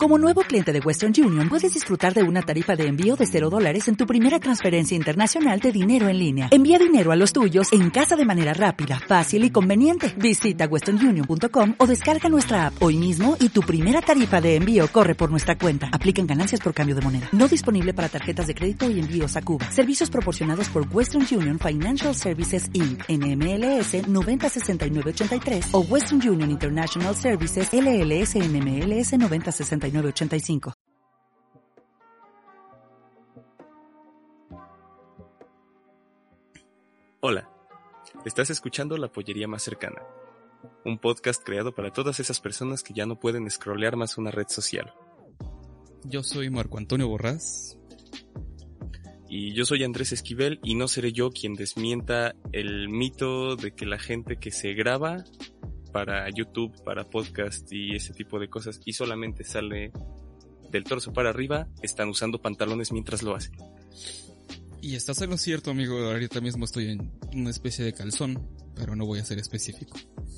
Como nuevo cliente de Western Union, puedes disfrutar de una tarifa de envío de $0 en tu primera transferencia internacional de dinero en línea. Envía dinero a los tuyos en casa de manera rápida, fácil y conveniente. Visita westernunion.com o descarga nuestra app hoy mismo y tu primera tarifa de envío corre por nuestra cuenta. Aplican ganancias por cambio de moneda. No disponible para tarjetas de crédito y envíos a Cuba. Servicios proporcionados por Western Union Financial Services Inc. NMLS 906983 o Western Union International Services LLS NMLS 906985. Hola, estás escuchando La Pollería Más Cercana, un podcast creado para todas esas personas que ya no pueden scrollear más una red social. Yo soy Marco Antonio Borrás. Y yo soy Andrés Esquivel y no seré yo quien desmienta el mito de que la gente que se graba para YouTube, para podcast y ese tipo de cosas y solamente sale del torso para arriba, están usando pantalones mientras lo hacen. Y estás en lo cierto, amigo. Ahorita mismo estoy en una especie de calzón, pero no voy a ser específico.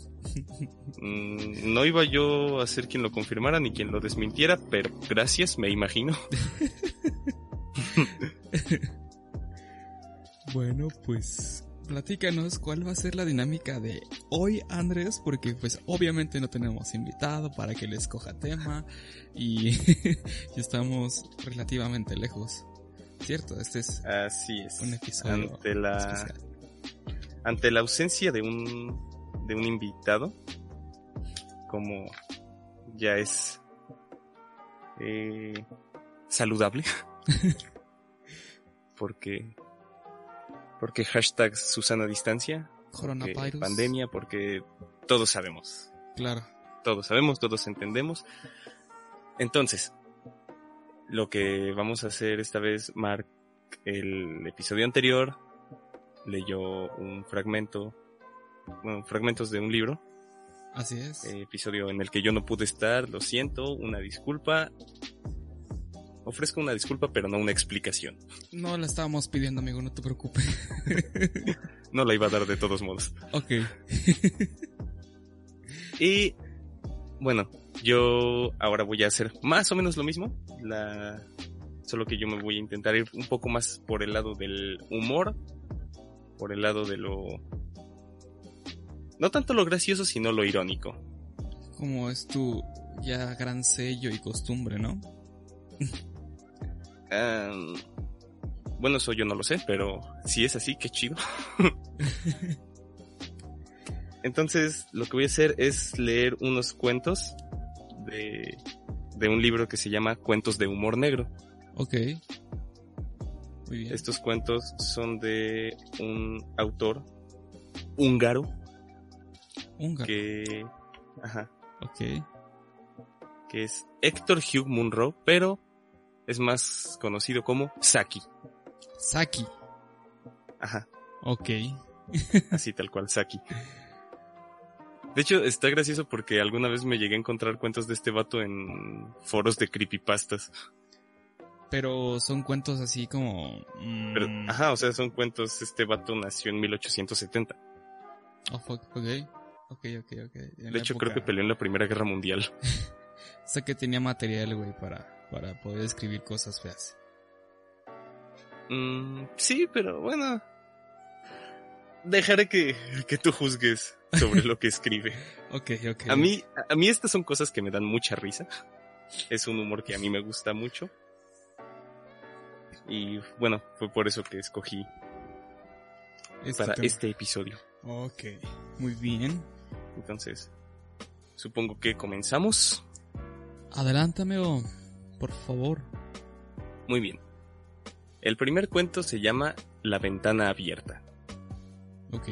No iba yo a ser quien lo confirmara ni quien lo desmintiera, pero gracias, me imagino. Bueno, pues platícanos cuál va a ser la dinámica de hoy, Andrés, porque pues obviamente no tenemos invitado para que le escoja tema y estamos relativamente lejos, ¿cierto? Este es así es. Un episodio especial. Ante la ausencia de un invitado, como ya es saludable, porque hashtag Susana Distancia, coronavirus, pandemia, porque todos sabemos. Claro. Todos sabemos, todos entendemos. Entonces, lo que vamos a hacer esta vez, Mark, el episodio anterior, leyó fragmentos de un libro. Así es. Episodio en el que yo no pude estar, lo siento, una disculpa. Ofrezco una disculpa, pero no una explicación. No la estábamos pidiendo, amigo, no te preocupes. No la iba a dar de todos modos. Ok. Y bueno, yo ahora voy a hacer más o menos lo mismo. Solo que yo me voy a intentar ir un poco más por el lado del humor. Por el lado de lo... no tanto lo gracioso, sino lo irónico. Como es tu ya gran sello y costumbre, ¿no? Bueno, eso yo no lo sé, pero si es así, qué chido. Entonces, lo que voy a hacer es leer unos cuentos de un libro que se llama Cuentos de Humor Negro. Ok. Muy bien. Estos cuentos son de un autor húngaro. Que... ajá. Ok. Que es Héctor Hugh Munro, pero es más conocido como Saki. Saki. Ajá. Ok. Así tal cual, Saki. De hecho, está gracioso porque alguna vez me llegué a encontrar cuentos de este vato en foros de creepypastas. Pero son cuentos así como... Pero, ajá, o sea, son cuentos, este vato nació en 1870. Oh, fuck, ok. De hecho, creo que peleó en la Primera Guerra Mundial. O sea que tenía material, güey, para poder escribir cosas feas. Sí, pero bueno. Dejaré que tú juzgues sobre lo que escribe. Ok. A mí estas son cosas que me dan mucha risa. Es un humor que a mí me gusta mucho. Y bueno, fue por eso que escogí para este episodio. Ok, muy bien. Entonces, supongo que comenzamos. Adelante, amigo, por favor. Muy bien. El primer cuento se llama La ventana abierta. Ok.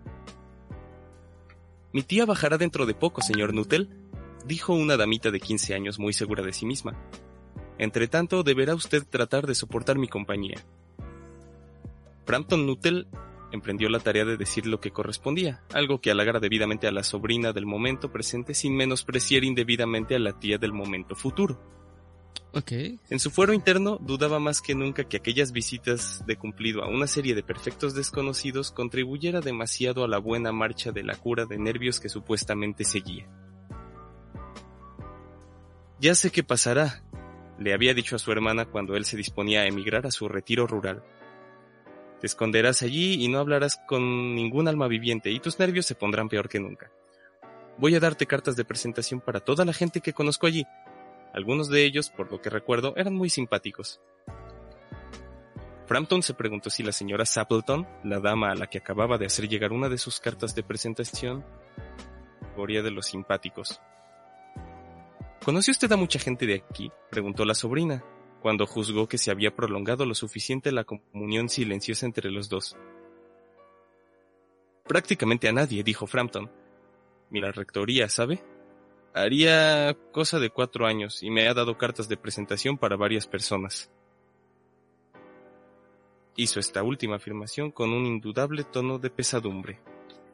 Mi tía bajará dentro de poco, señor Nuttall, dijo una damita de 15 años muy segura de sí misma. Entretanto, deberá usted tratar de soportar mi compañía. Frampton Nuttall emprendió la tarea de decir lo que correspondía, algo que halagara debidamente a la sobrina del momento presente sin menospreciar indebidamente a la tía del momento futuro. Okay. En su fuero interno dudaba más que nunca que aquellas visitas de cumplido a una serie de perfectos desconocidos contribuyera demasiado a la buena marcha de la cura de nervios que supuestamente seguía. Ya sé qué pasará, le había dicho a su hermana cuando él se disponía a emigrar a su retiro rural. Te esconderás allí y no hablarás con ningún alma viviente y tus nervios se pondrán peor que nunca. Voy a darte cartas de presentación para toda la gente que conozco allí. Algunos de ellos, por lo que recuerdo, eran muy simpáticos. Frampton se preguntó si la señora Sappleton, la dama a la que acababa de hacer llegar una de sus cartas de presentación, categoría de los simpáticos. ¿Conoce usted a mucha gente de aquí?, preguntó la sobrina, cuando juzgó que se había prolongado lo suficiente la comunión silenciosa entre los dos. Prácticamente a nadie, dijo Frampton. La rectoría, ¿sabe? Haría cosa de 4 años y me ha dado cartas de presentación para varias personas. Hizo esta última afirmación con un indudable tono de pesadumbre.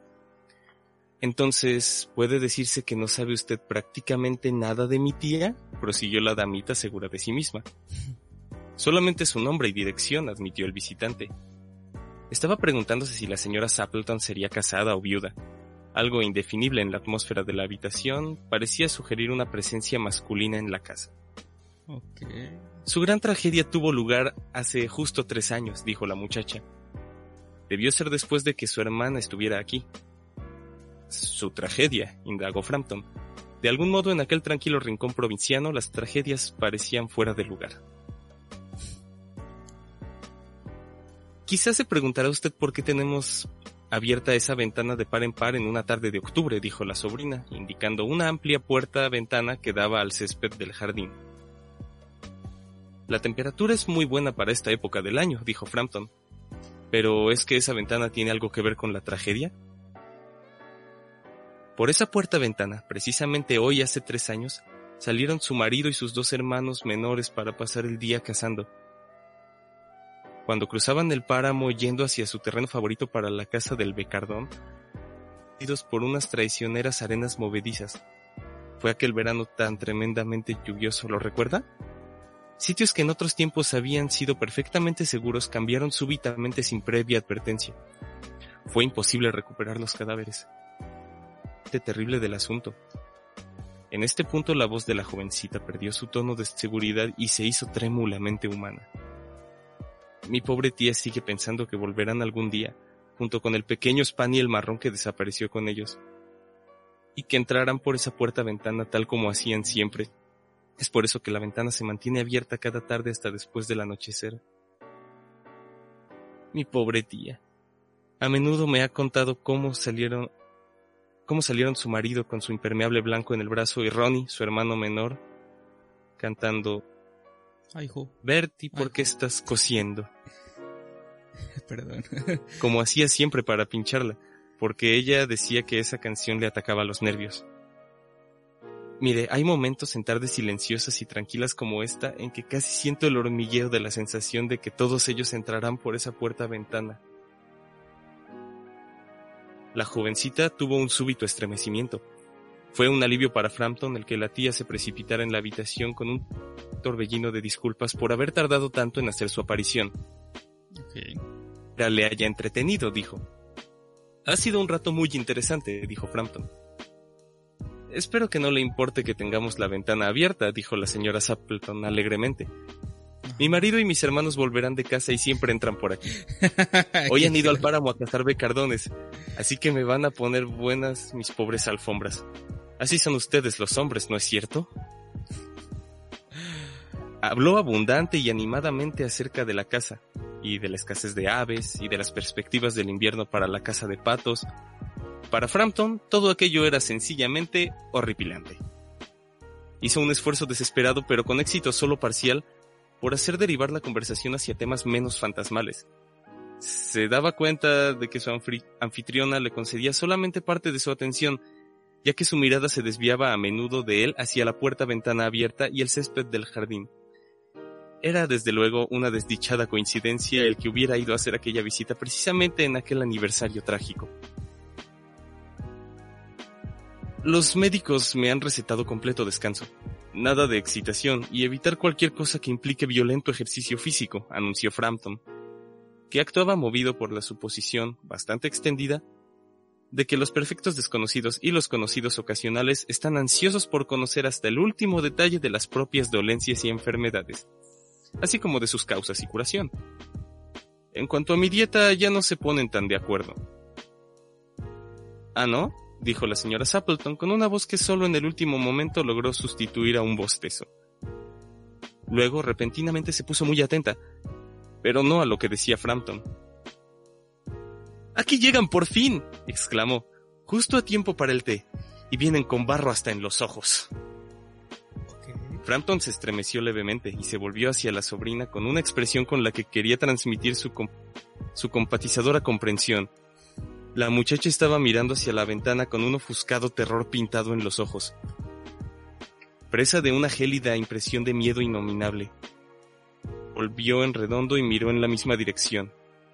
Entonces, ¿puede decirse que no sabe usted prácticamente nada de mi tía?, prosiguió la damita segura de sí misma. Solamente su nombre y dirección, admitió el visitante. Estaba preguntándose si la señora Sappleton sería casada o viuda. Algo indefinible en la atmósfera de la habitación parecía sugerir una presencia masculina en la casa. Okay. Su gran tragedia tuvo lugar hace justo 3 años, dijo la muchacha. Debió ser después de que su hermana estuviera aquí. ¿Su tragedia?, indagó Frampton. De algún modo, en aquel tranquilo rincón provinciano, las tragedias parecían fuera de lugar. Quizás se preguntará usted por qué tenemos abierta esa ventana de par en par en una tarde de octubre, dijo la sobrina, indicando una amplia puerta-ventana que daba al césped del jardín. La temperatura es muy buena para esta época del año, dijo Frampton. ¿Pero es que esa ventana tiene algo que ver con la tragedia? Por esa puerta-ventana, precisamente hoy hace 3 años, salieron su marido y sus 2 hermanos menores para pasar el día cazando. Cuando cruzaban el páramo yendo hacia su terreno favorito para la casa del Becardón, idos por unas traicioneras arenas movedizas. Fue aquel verano tan tremendamente lluvioso, ¿lo recuerda? Sitios que en otros tiempos habían sido perfectamente seguros cambiaron súbitamente sin previa advertencia. Fue imposible recuperar los cadáveres. Terrible del asunto. En este punto la voz de la jovencita perdió su tono de seguridad y se hizo trémulamente humana. Mi pobre tía sigue pensando que volverán algún día, junto con el pequeño Spaniel marrón que desapareció con ellos, y que entrarán por esa puerta-ventana tal como hacían siempre. Es por eso que la ventana se mantiene abierta cada tarde hasta después del anochecer. Mi pobre tía. A menudo me ha contado cómo salieron su marido con su impermeable blanco en el brazo y Ronnie, su hermano menor, cantando: Ay, jo. Bertie, ¿por qué estás cosiendo? Perdón. Como hacía siempre para pincharla, porque ella decía que esa canción le atacaba los nervios. Mire, hay momentos en tardes silenciosas y tranquilas como esta en que casi siento el hormigueo de la sensación de que todos ellos entrarán por esa puerta-ventana. La jovencita tuvo un súbito estremecimiento. Fue un alivio para Frampton el que la tía se precipitara en la habitación con un torbellino de disculpas por haber tardado tanto en hacer su aparición. Okay. Ya le haya entretenido, dijo. Ha sido un rato muy interesante, dijo Frampton. Espero que no le importe que tengamos la ventana abierta, dijo la señora Sappleton alegremente. Mi marido y mis hermanos volverán de casa y siempre entran por aquí. Hoy han ido al páramo a cazar becardones, así que me van a poner buenas mis pobres alfombras. Así son ustedes los hombres, ¿no es cierto? Habló abundante y animadamente acerca de la caza, y de la escasez de aves, y de las perspectivas del invierno para la caza de patos. Para Frampton, todo aquello era sencillamente horripilante. Hizo un esfuerzo desesperado, pero con éxito solo parcial, por hacer derivar la conversación hacia temas menos fantasmales. Se daba cuenta de que su anfitriona le concedía solamente parte de su atención, ya que su mirada se desviaba a menudo de él hacia la puerta-ventana abierta y el césped del jardín. Era desde luego una desdichada coincidencia el que hubiera ido a hacer aquella visita precisamente en aquel aniversario trágico. Los médicos me han recetado completo descanso, nada de excitación y evitar cualquier cosa que implique violento ejercicio físico, anunció Frampton, que actuaba movido por la suposición, bastante extendida, de que los perfectos desconocidos y los conocidos ocasionales están ansiosos por conocer hasta el último detalle de las propias dolencias y enfermedades, así como de sus causas y curación. En cuanto a mi dieta, ya no se ponen tan de acuerdo. ¿Ah, no?, dijo la señora Sappleton con una voz que solo en el último momento logró sustituir a un bostezo. Luego, repentinamente se puso muy atenta, pero no a lo que decía Frampton. «¡Aquí llegan por fin!», exclamó, «justo a tiempo para el té, y vienen con barro hasta en los ojos». Frampton se estremeció levemente y se volvió hacia la sobrina con una expresión con la que quería transmitir su compatizadora comprensión. La muchacha estaba mirando hacia la ventana con un ofuscado terror pintado en los ojos, presa de una gélida impresión de miedo innominable. Volvió en redondo y miró en la misma dirección.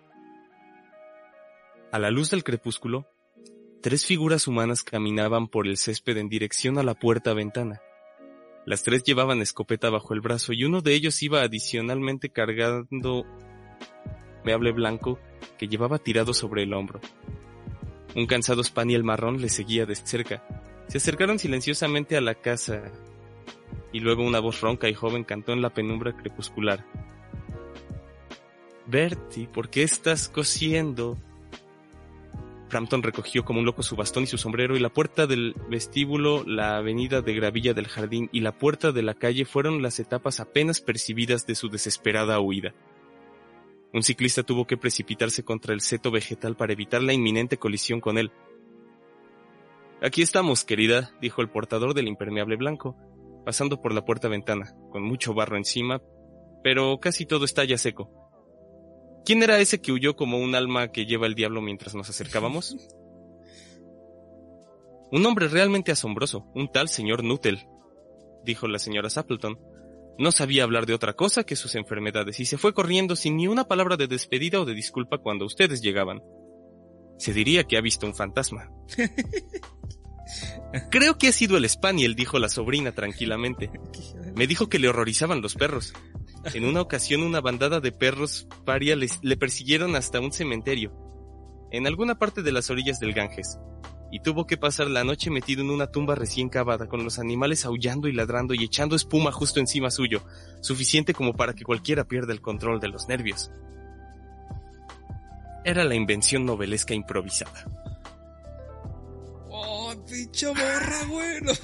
A la luz del crepúsculo, 3 figuras humanas caminaban por el césped en dirección a la puerta-ventana. Las 3 llevaban escopeta bajo el brazo y uno de ellos iba adicionalmente cargando un impermeable blanco que llevaba tirado sobre el hombro. Un cansado spaniel marrón le seguía de cerca. Se acercaron silenciosamente a la casa y luego una voz ronca y joven cantó en la penumbra crepuscular. «Bertie, ¿por qué estás cosiendo?». Frampton recogió como un loco su bastón y su sombrero, y la puerta del vestíbulo, la avenida de gravilla del jardín y la puerta de la calle fueron las etapas apenas percibidas de su desesperada huida. Un ciclista tuvo que precipitarse contra el seto vegetal para evitar la inminente colisión con él. «Aquí estamos, querida», dijo el portador del impermeable blanco, pasando por la puerta-ventana, con mucho barro encima, pero casi todo está ya seco. ¿Quién era ese que huyó como un alma que lleva el diablo mientras nos acercábamos? Un hombre realmente asombroso, un tal señor Nuttall, dijo la señora Sappleton. No sabía hablar de otra cosa que sus enfermedades y se fue corriendo sin ni una palabra de despedida o de disculpa cuando ustedes llegaban. Se diría que ha visto un fantasma. Creo que ha sido el Spaniel, dijo la sobrina tranquilamente. Me dijo que le horrorizaban los perros. En una ocasión una bandada de perros paria le persiguieron hasta un cementerio, en alguna parte de las orillas del Ganges, y tuvo que pasar la noche metido en una tumba recién cavada, con los animales aullando y ladrando y echando espuma justo encima suyo, suficiente como para que cualquiera pierda el control de los nervios. Era la invención novelesca improvisada. ¡Oh, pinche morra, güey! No.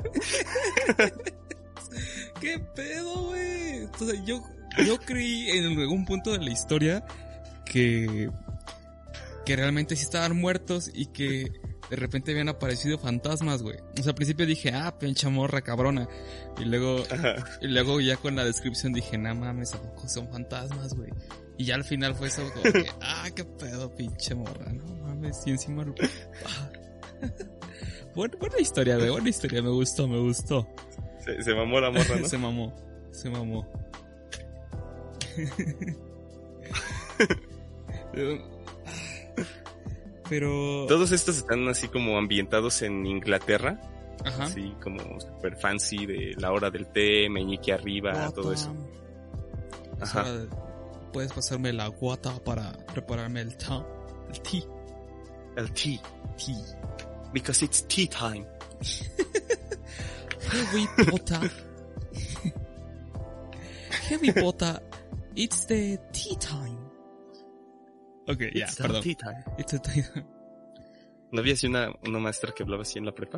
¿Qué pedo, güey? Entonces, yo creí en algún punto de la historia que realmente sí estaban muertos y que de repente habían aparecido fantasmas, güey. O sea, al principio dije, pinche morra cabrona. Y luego ya con la descripción dije, no mames, ¿a poco son fantasmas, güey? Y ya al final fue eso como que, qué pedo, pinche morra, no mames, y encima... Buena historia, güey, buena historia, me gustó. Se mamó la morra, ¿no? Se mamó. Pero... Todos estos están así como ambientados en Inglaterra. Ajá. Así como super fancy, de la hora del té, meñique arriba, todo eso. Ajá. O sea, puedes pasarme la guata para prepararme el té. El té. Because it's tea time. Harry Potter, it's the tea time. Okay, ya, perdón. Tea time. It's the tea time. ¿No había así una maestra que hablaba así en la prepa?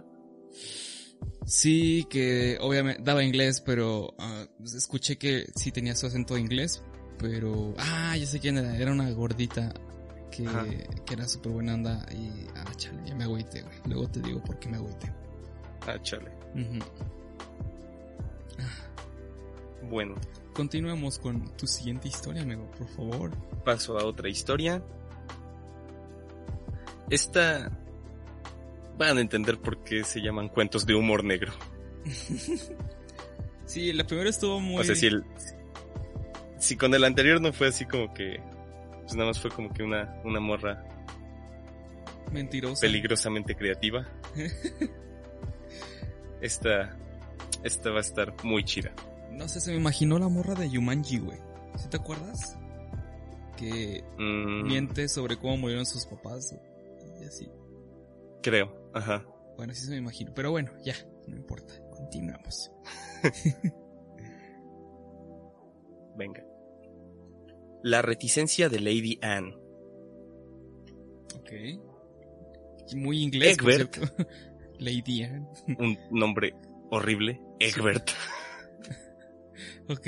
Sí, que obviamente daba inglés, pero escuché que sí tenía su acento de inglés, pero... ya sé quién era una gordita que era súper buena onda y... chale, ya me agüité, güey. Luego te digo por qué me agüité. Chale. Uh-huh. Bueno. Continuemos con tu siguiente historia, amigo, por favor. Paso a otra historia. Esta... Van a entender por qué se llaman cuentos de humor negro. Sí, la primera estuvo muy... O sea, si con el anterior no fue así como que... Pues nada más fue como que una morra... Mentirosa. Peligrosamente creativa. Esta va a estar muy chida. No sé, se me imaginó la morra de Jumanji, güey. ¿Sí te acuerdas? Que miente sobre cómo murieron sus papás y así. Creo, ajá. Bueno, sí se me imagino. Pero bueno, ya, no importa. Continuamos. Venga. La reticencia de Lady Anne. Ok. Muy inglés, Egbert. por cierto. Lady Anne. Un nombre horrible. Egbert. Ok.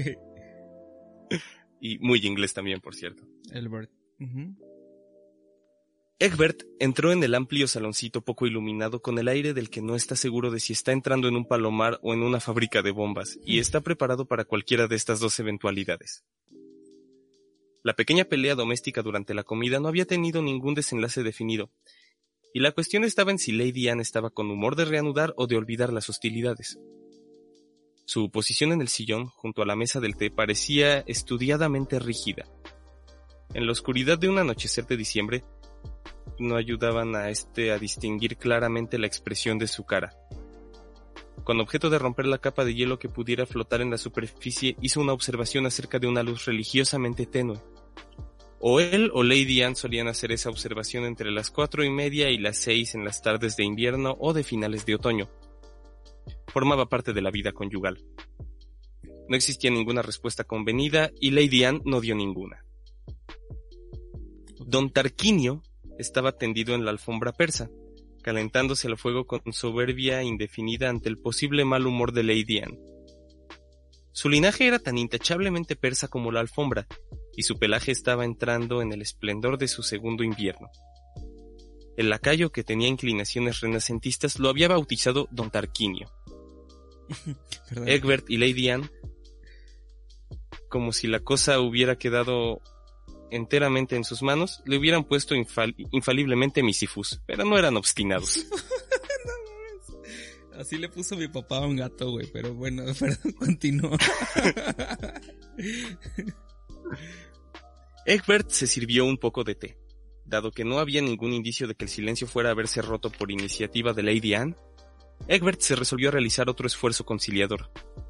Y muy inglés también, por cierto. Elbert. Uh-huh. Egbert entró en el amplio saloncito poco iluminado con el aire del que no está seguro de si está entrando en un palomar o en una fábrica de bombas, y está preparado para cualquiera de estas dos eventualidades. La pequeña pelea doméstica durante la comida no había tenido ningún desenlace definido, y la cuestión estaba en si Lady Anne estaba con humor de reanudar o de olvidar las hostilidades. Su posición en el sillón, junto a la mesa del té, parecía estudiadamente rígida. En la oscuridad de un anochecer de diciembre, no ayudaban a distinguir claramente la expresión de su cara. Con objeto de romper la capa de hielo que pudiera flotar en la superficie, hizo una observación acerca de una luz religiosamente tenue. O él o Lady Anne solían hacer esa observación entre las 4:30 y las 6 en las tardes de invierno o de finales de otoño. Formaba parte de la vida conyugal. No existía ninguna respuesta convenida y Lady Anne no dio ninguna. Don Tarquinio estaba tendido en la alfombra persa, calentándose al fuego con soberbia indefinida ante el posible mal humor de Lady Anne. Su linaje era tan intachablemente persa como la alfombra, y su pelaje estaba entrando en el esplendor de su segundo invierno. El lacayo, que tenía inclinaciones renacentistas, lo había bautizado Don Tarquinio. Egbert y Lady Anne, como si la cosa hubiera quedado enteramente en sus manos, le hubieran puesto infaliblemente Misifus, pero no eran obstinados. No, así le puso mi papá a un gato, güey, pero bueno, perdón, continúa. Egbert se sirvió un poco de té. Dado que no había ningún indicio de que el silencio fuera a haberse roto por iniciativa de Lady Anne, Egbert se resolvió a realizar otro esfuerzo conciliador.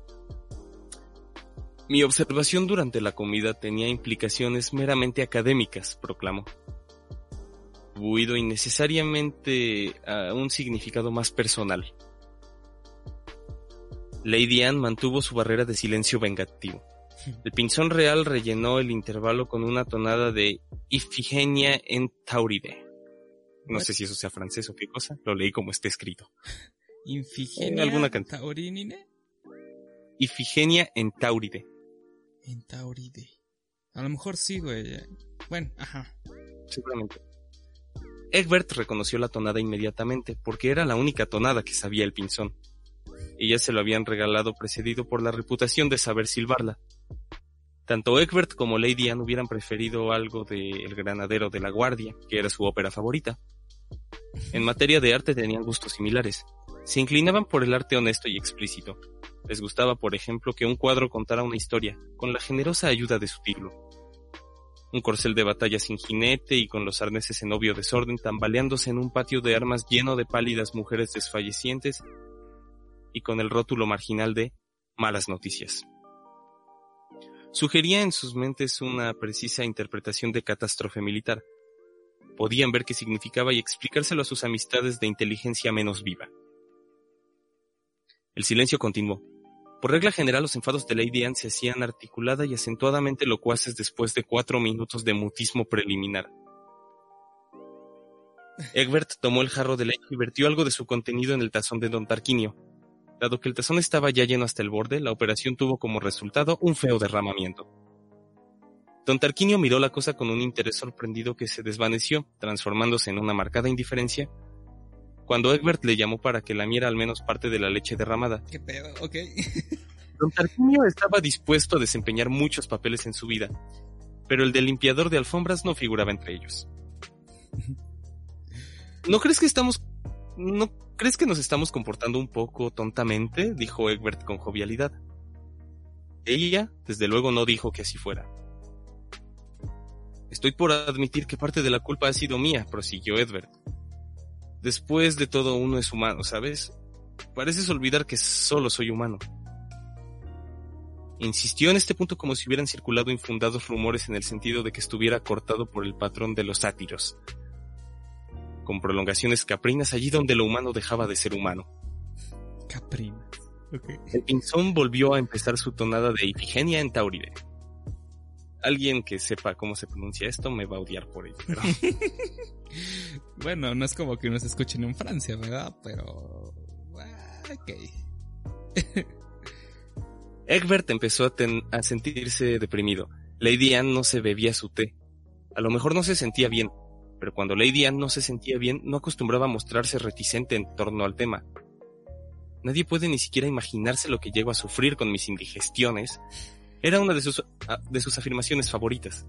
Mi observación durante la comida tenía implicaciones meramente académicas, proclamó, atribuido innecesariamente a un significado más personal. Lady Anne mantuvo su barrera de silencio vengativo. El pinzón real rellenó el intervalo con una tonada de Ifigenia en Tauride. No sé si eso sea francés o qué cosa, lo leí como está escrito. ¿Ifigenia alguna Taurinine? Ifigenia en Tauride. En Tauride. A lo mejor sí, güey. Bueno, ajá. Seguramente. Egbert reconoció la tonada inmediatamente, porque era la única tonada que sabía el pinzón. Ellas se lo habían regalado precedido por la reputación de saber silbarla. Tanto Egbert como Lady Anne hubieran preferido algo de El Granadero de la Guardia, que era su ópera favorita. En materia de arte tenían gustos similares. Se inclinaban por el arte honesto y explícito. Les gustaba, por ejemplo, que un cuadro contara una historia, con la generosa ayuda de su título. Un corcel de batalla sin jinete y con los arneses en obvio desorden, tambaleándose en un patio de armas lleno de pálidas mujeres desfallecientes y con el rótulo marginal de malas noticias. Sugería en sus mentes una precisa interpretación de catástrofe militar. Podían ver qué significaba y explicárselo a sus amistades de inteligencia menos viva. El silencio continuó. Por regla general, los enfados de Lady Anne se hacían articulada y acentuadamente locuaces después de 4 minutos de mutismo preliminar. Egbert tomó el jarro de leche y vertió algo de su contenido en el tazón de Don Tarquinio. Dado que el tazón estaba ya lleno hasta el borde, la operación tuvo como resultado un feo derramamiento. Don Tarquinio miró la cosa con un interés sorprendido que se desvaneció, transformándose en una marcada indiferencia, cuando Egbert le llamó para que lamiera al menos parte de la leche derramada. ¿Qué pedo? Ok. Don Tarquinio estaba dispuesto a desempeñar muchos papeles en su vida, pero el de limpiador de alfombras no figuraba entre ellos. ¿No crees que nos estamos comportando un poco tontamente?, dijo Egbert con jovialidad. Ella, desde luego, no dijo que así fuera. Estoy por admitir que parte de la culpa ha sido mía, prosiguió Egbert. Después de todo, uno es humano, ¿sabes? Pareces olvidar que solo soy humano. Insistió en este punto como si hubieran circulado infundados rumores en el sentido de que estuviera cortado por el patrón de los sátiros. con prolongaciones caprinas allí donde lo humano dejaba de ser humano. Caprinas. Okay. El pinzón volvió a empezar su tonada de Ifigenia en Tauride. Alguien que sepa cómo se pronuncia esto me va a odiar por ello. Pero... Bueno, no es como que nos escuchen en Francia, ¿verdad? Pero... ok. Egbert empezó a sentirse deprimido. Lady Anne no se bebía su té. A lo mejor no se sentía bien, pero cuando Lady Anne no se sentía bien, no acostumbraba a mostrarse reticente en torno al tema. Nadie puede ni siquiera imaginarse lo que llego a sufrir con mis indigestiones. Era una de sus afirmaciones favoritas.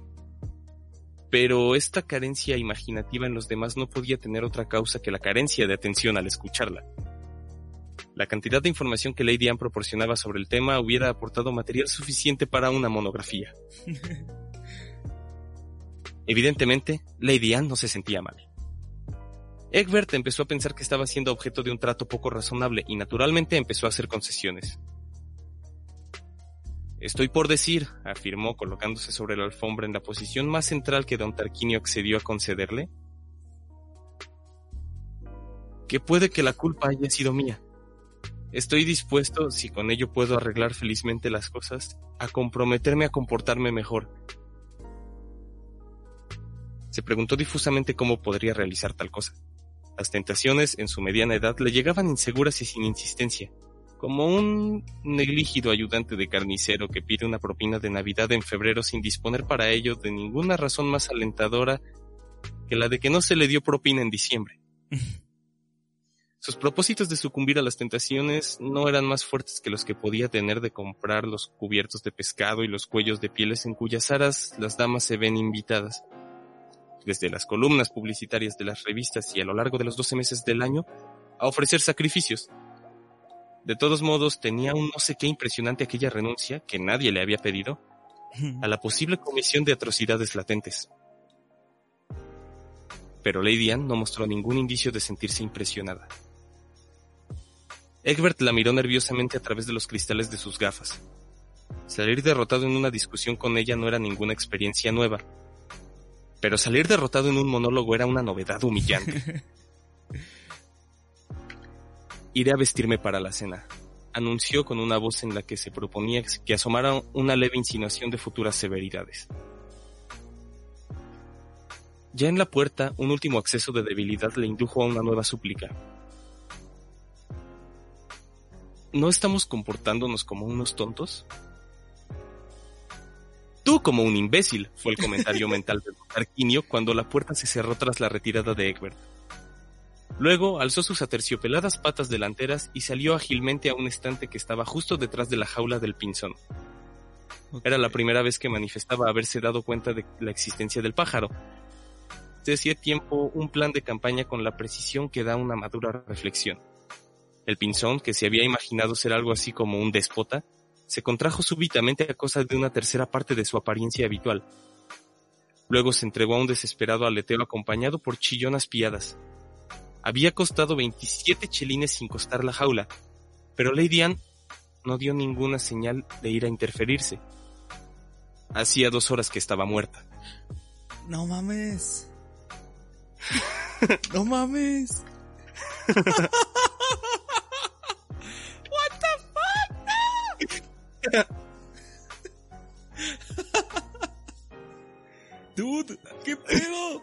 Pero esta carencia imaginativa en los demás no podía tener otra causa que la carencia de atención al escucharla. La cantidad de información que Lady Anne proporcionaba sobre el tema hubiera aportado material suficiente para una monografía. Evidentemente, Lady Anne no se sentía mal. Egbert empezó a pensar que estaba siendo objeto de un trato poco razonable y naturalmente empezó a hacer concesiones. Estoy por decir, afirmó colocándose sobre la alfombra en la posición más central que don Tarquinio accedió a concederle, que puede que la culpa haya sido mía. Estoy dispuesto, si con ello puedo arreglar felizmente las cosas, a comprometerme a comportarme mejor. Se preguntó difusamente cómo podría realizar tal cosa. Las tentaciones, en su mediana edad, le llegaban inseguras y sin insistencia, como un neglígido ayudante de carnicero que pide una propina de Navidad en febrero sin disponer para ello de ninguna razón más alentadora que la de que no se le dio propina en diciembre. Sus propósitos de sucumbir a las tentaciones no eran más fuertes que los que podía tener de comprar los cubiertos de pescado y los cuellos de pieles en cuyas aras las damas se ven invitadas. Desde las columnas publicitarias de las revistas y a lo largo de los 12 meses del año, a ofrecer sacrificios. De todos modos, tenía un no sé qué impresionante aquella renuncia, que nadie le había pedido, a la posible comisión de atrocidades latentes. Pero Lady Anne no mostró ningún indicio de sentirse impresionada. Egbert la miró nerviosamente a través de los cristales de sus gafas. Salir derrotado en una discusión con ella no era ninguna experiencia nueva, pero salir derrotado en un monólogo era una novedad humillante. Iré a vestirme para la cena, anunció con una voz en la que se proponía que asomara una leve insinuación de futuras severidades. Ya en la puerta, un último acceso de debilidad le indujo a una nueva súplica. ¿No estamos comportándonos como unos tontos? Tú como un imbécil, fue el comentario mental de Tarquinio cuando la puerta se cerró tras la retirada de Egbert. Luego alzó sus aterciopeladas patas delanteras y salió ágilmente a un estante que estaba justo detrás de la jaula del pinzón. Okay. Era la primera vez que manifestaba haberse dado cuenta de la existencia del pájaro. Desde hacía tiempo un plan de campaña con la precisión que da una madura reflexión. El pinzón, que se había imaginado ser algo así como un déspota, se contrajo súbitamente a causa de una tercera parte de su apariencia habitual. Luego se entregó a un desesperado aleteo acompañado por chillonas piadas. Había costado 27 chelines sin costar la jaula, pero Lady Anne no dio ninguna señal de ir a interferirse. Hacía 2 horas que estaba muerta. No mames. No mames. What the fuck? No. Dude, ¿qué pedo?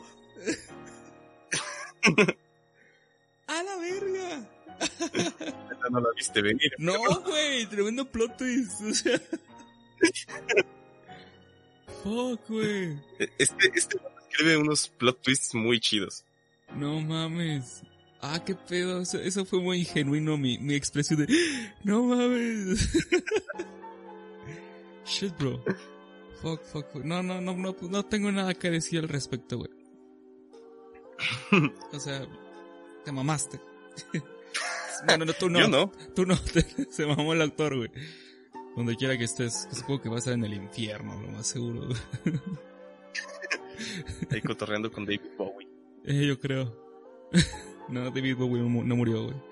¡A la verga! Esta no la viste venir. No, güey, tremendo plot twist. O sea... Fuck, güey. Este escribe unos plot twists muy chidos. No mames. Ah, qué pedo. Eso fue muy genuino mi expresión de... No mames. Shit, bro. Fuck. No tengo nada que decir al respecto, güey. O sea, te mamaste. Bueno, no, tú no. Yo no. Tú no. Se mamó el actor, güey. Donde quiera que estés, que supongo que vas a estar en el infierno, lo más seguro. Ahí cotorreando con David Bowie. Yo creo. No, David Bowie no murió, güey.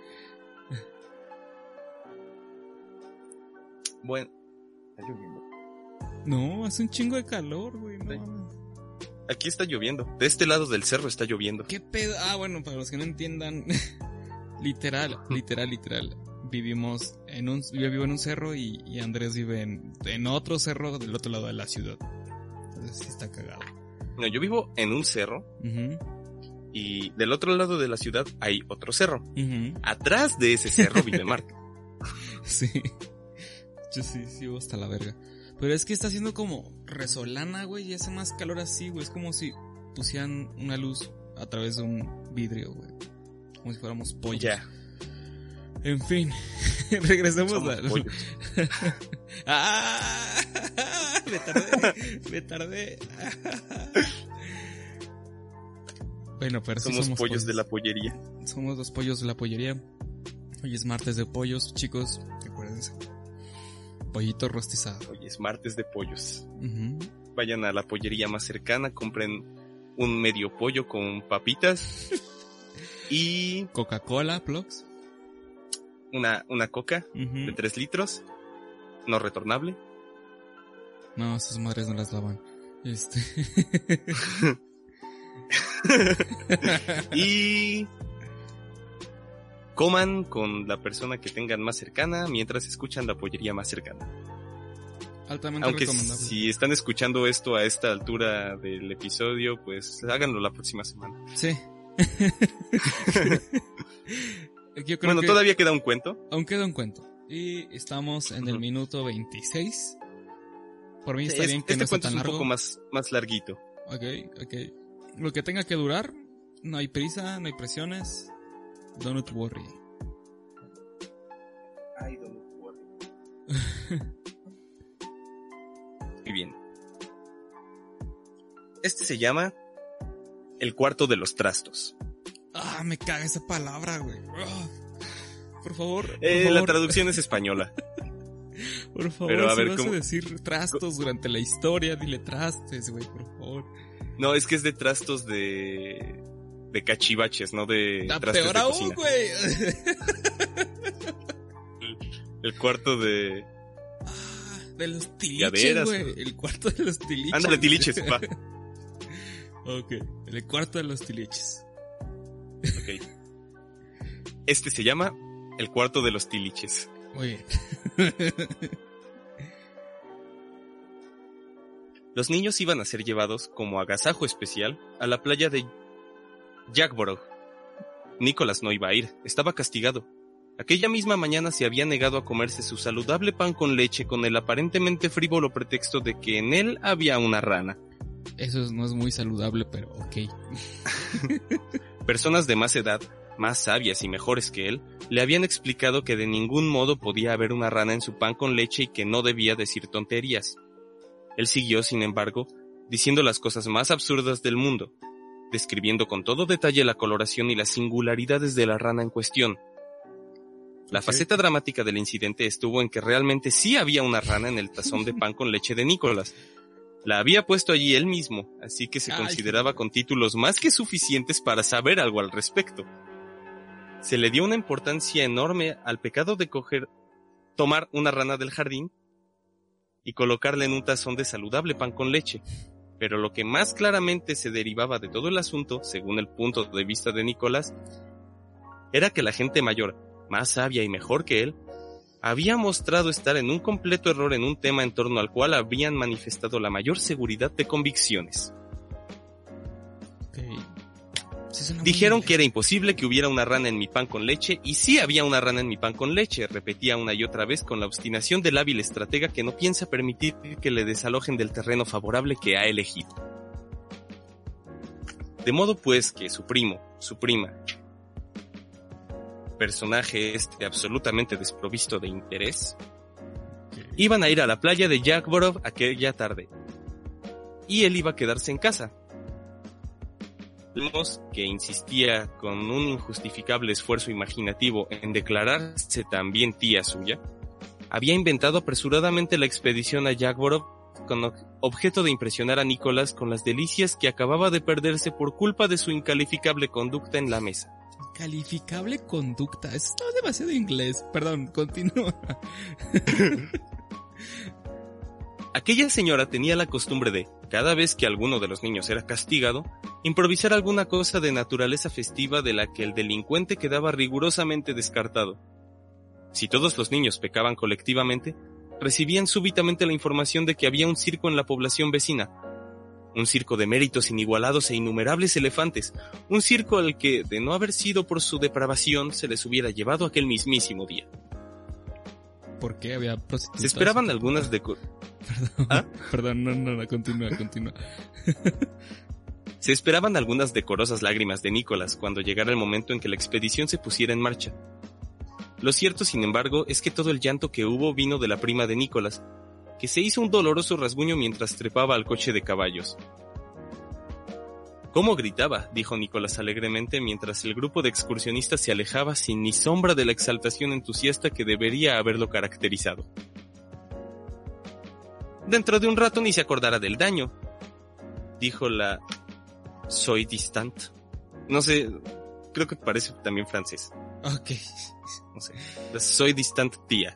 Bueno, está lloviendo. No, hace un chingo de calor, güey. No. Sí. aquí está lloviendo. De este lado del cerro está lloviendo. ¿Qué pedo? Ah, bueno, para los que no entiendan, literal. Yo vivo en un cerro y Andrés vive en otro cerro del otro lado de la ciudad. Entonces sí está cagado. No, yo vivo en un cerro. Uh-huh. Y del otro lado de la ciudad hay otro cerro. Uh-huh. Atrás de ese cerro vive Marco. Sí. Yo sí vivo hasta la verga. Pero es que está haciendo como resolana, güey, y hace más calor así, güey. Es como si pusieran una luz a través de un vidrio, güey. Como si fuéramos pollos. Ya. En fin, regresemos Somos a... pollos. ¡Ah! Me tardé. Bueno, pero sí somos pollos de la pollería. Somos los pollos de la pollería. Hoy es martes de pollos, chicos. Acuérdense. Pollito rostizado. Hoy es martes de pollos. Uh-huh. Vayan a la pollería más cercana, compren un medio pollo con papitas y Coca-Cola, plugs. Una coca de 3 litros, no retornable. No, esas madres no las lavan. Y coman con la persona que tengan más cercana mientras escuchan la pollería más cercana. Altamente Aunque recomendable. si están escuchando esto a esta altura del episodio, pues háganlo la próxima semana. Sí. Yo creo Bueno, que todavía queda un cuento. aún queda un cuento. Y estamos en el minuto 26. Por mí está bien que no sea cuento tan es un largo. poco más larguito. Ok. Lo que tenga que durar. No hay prisa, no hay presiones. Don't worry. Ay, don't worry. Muy bien. Este se llama El cuarto de los trastos. Ah, me caga esa palabra, güey. Por favor. La traducción es española. Por favor, pero a ver, vas ¿cómo? a decir trastos durante la historia, dile trastes, güey, por favor. No, es que es de trastos de cachivaches, no de La trastes peor de aún, cocina. güey. El cuarto de... De los tiliches, Llaveras, güey. ¿no? El cuarto de los tiliches. Ándale, tiliches, va. Ok, el cuarto de los tiliches. Ok. Este se llama El cuarto de los tiliches. Muy bien. Los niños iban a ser llevados como agasajo especial a la playa de Jagborough. Nicholas no iba a ir, estaba castigado. Aquella misma mañana se había negado a comerse su saludable pan con leche con el aparentemente frívolo pretexto de que en él había una rana. Eso no es muy saludable, pero ok. Personas de más edad, más sabias y mejores que él, le habían explicado que de ningún modo podía haber una rana en su pan con leche y que no debía decir tonterías. Él siguió, sin embargo, diciendo las cosas más absurdas del mundo, describiendo con todo detalle la coloración y las singularidades de la rana en cuestión. La faceta dramática del incidente estuvo en que realmente sí había una rana en el tazón de pan con leche de Nicholas. La había puesto allí él mismo, así que se consideraba con títulos más que suficientes para saber algo al respecto. Se le dio una importancia enorme al pecado de tomar una rana del jardín y colocarla en un tazón de saludable pan con leche. Pero lo que más claramente se derivaba de todo el asunto, según el punto de vista de Nicholas, era que la gente mayor, más sabia y mejor que él, había mostrado estar en un completo error en un tema en torno al cual habían manifestado la mayor seguridad de convicciones. Okay. Sí, dijeron que era imposible que hubiera una rana en mi pan con leche, y sí había una rana en mi pan con leche, repetía una y otra vez con la obstinación del hábil estratega que no piensa permitir que le desalojen del terreno favorable que ha elegido. De modo pues que su primo, su prima, personaje absolutamente desprovisto de interés, iban a ir a la playa de Jagborough aquella tarde, y él iba a quedarse en casa. Vemos que insistía con un injustificable esfuerzo imaginativo en declararse también tía suya. Había inventado apresuradamente la expedición a Jagborough con objeto de impresionar a Nicholas con las delicias que acababa de perderse por culpa de su incalificable conducta en la mesa. Calificable conducta. Está demasiado inglés. Perdón, continúa. Aquella señora tenía la costumbre de, cada vez que alguno de los niños era castigado, improvisar alguna cosa de naturaleza festiva de la que el delincuente quedaba rigurosamente descartado. Si todos los niños pecaban colectivamente, recibían súbitamente la información de que había un circo en la población vecina. Un circo de méritos inigualados e innumerables elefantes, un circo al que, de no haber sido por su depravación, se les hubiera llevado aquel mismísimo día. ¿Por qué había prostitutas? Se esperaban algunas Perdón, no, continúa. Se esperaban algunas decorosas lágrimas de Nicolás cuando llegara el momento en que la expedición se pusiera en marcha. Lo cierto, sin embargo, es que todo el llanto que hubo vino de la prima de Nicolás, que se hizo un doloroso rasguño mientras trepaba al coche de caballos. «¿Cómo gritaba?», dijo Nicolás alegremente mientras el grupo de excursionistas se alejaba sin ni sombra de la exaltación entusiasta que debería haberlo caracterizado. «Dentro de un rato ni se acordará del daño», dijo la «Soy distant». No sé, creo que parece también francés. Ok. No sé, la «Soy distant tía».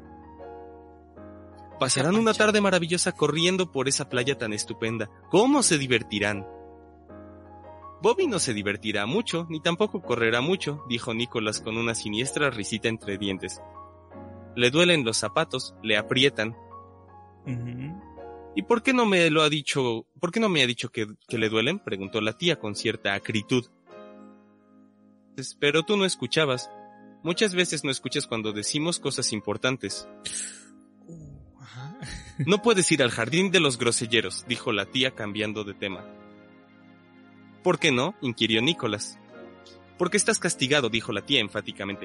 Pasarán una tarde maravillosa corriendo por esa playa tan estupenda. ¿Cómo se divertirán? Bobby no se divertirá mucho, ni tampoco correrá mucho, dijo Nicolás con una siniestra risita entre dientes. Le duelen los zapatos, le aprietan. ¿Y por qué no me lo ha dicho? ¿Por qué no me ha dicho que le duelen?, preguntó la tía con cierta acritud. Pero tú no escuchabas. Muchas veces no escuchas cuando decimos cosas importantes. No puedes ir al jardín de los groselleros, dijo la tía cambiando de tema. ¿Por qué no?, inquirió Nicolás. Porque estás castigado, dijo la tía enfáticamente.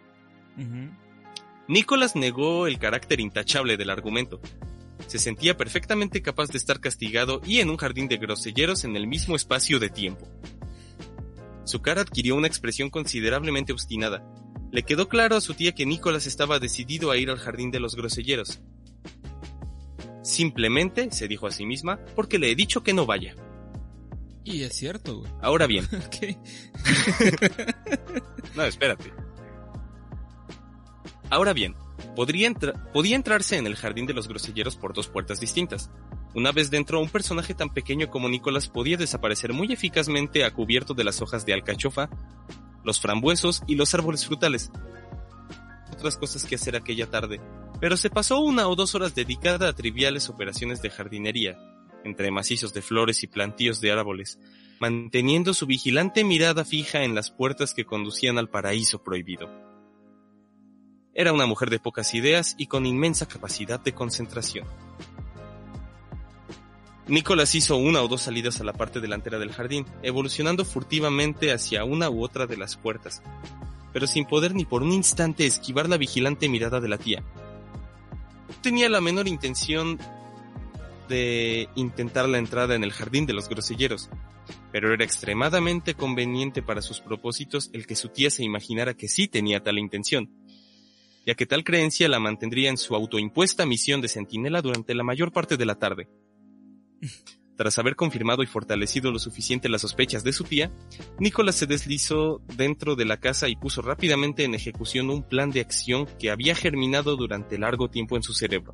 Nicolás negó el carácter intachable del argumento. Se sentía perfectamente capaz de estar castigado y en un jardín de groselleros en el mismo espacio de tiempo. Su cara adquirió una expresión considerablemente obstinada. Le quedó claro a su tía que Nicolás estaba decidido a ir al jardín de los groselleros. Simplemente, se dijo a sí misma, porque le he dicho que no vaya. Y es cierto, güey. Ahora bien. Okay. No, espérate. Ahora bien, podía entrarse en el jardín de los groselleros por dos puertas distintas. Una vez dentro, un personaje tan pequeño como Nicolás podía desaparecer muy eficazmente a cubierto de las hojas de alcachofa, los frambuesos y los árboles frutales. Otras cosas que hacer aquella tarde, pero se pasó 1 o 2 horas dedicada a triviales operaciones de jardinería, entre macizos de flores y plantíos de árboles, manteniendo su vigilante mirada fija en las puertas que conducían al paraíso prohibido. Era una mujer de pocas ideas y con inmensa capacidad de concentración. Nicolás hizo 1 o 2 salidas a la parte delantera del jardín, evolucionando furtivamente hacia una u otra de las puertas, pero sin poder ni por un instante esquivar la vigilante mirada de la tía. No tenía la menor intención de intentar la entrada en el jardín de los groselleros, pero era extremadamente conveniente para sus propósitos el que su tía se imaginara que sí tenía tal intención, ya que tal creencia la mantendría en su autoimpuesta misión de centinela durante la mayor parte de la tarde. Tras haber confirmado y fortalecido lo suficiente las sospechas de su tía, Nicolás se deslizó dentro de la casa y puso rápidamente en ejecución un plan de acción que había germinado durante largo tiempo en su cerebro.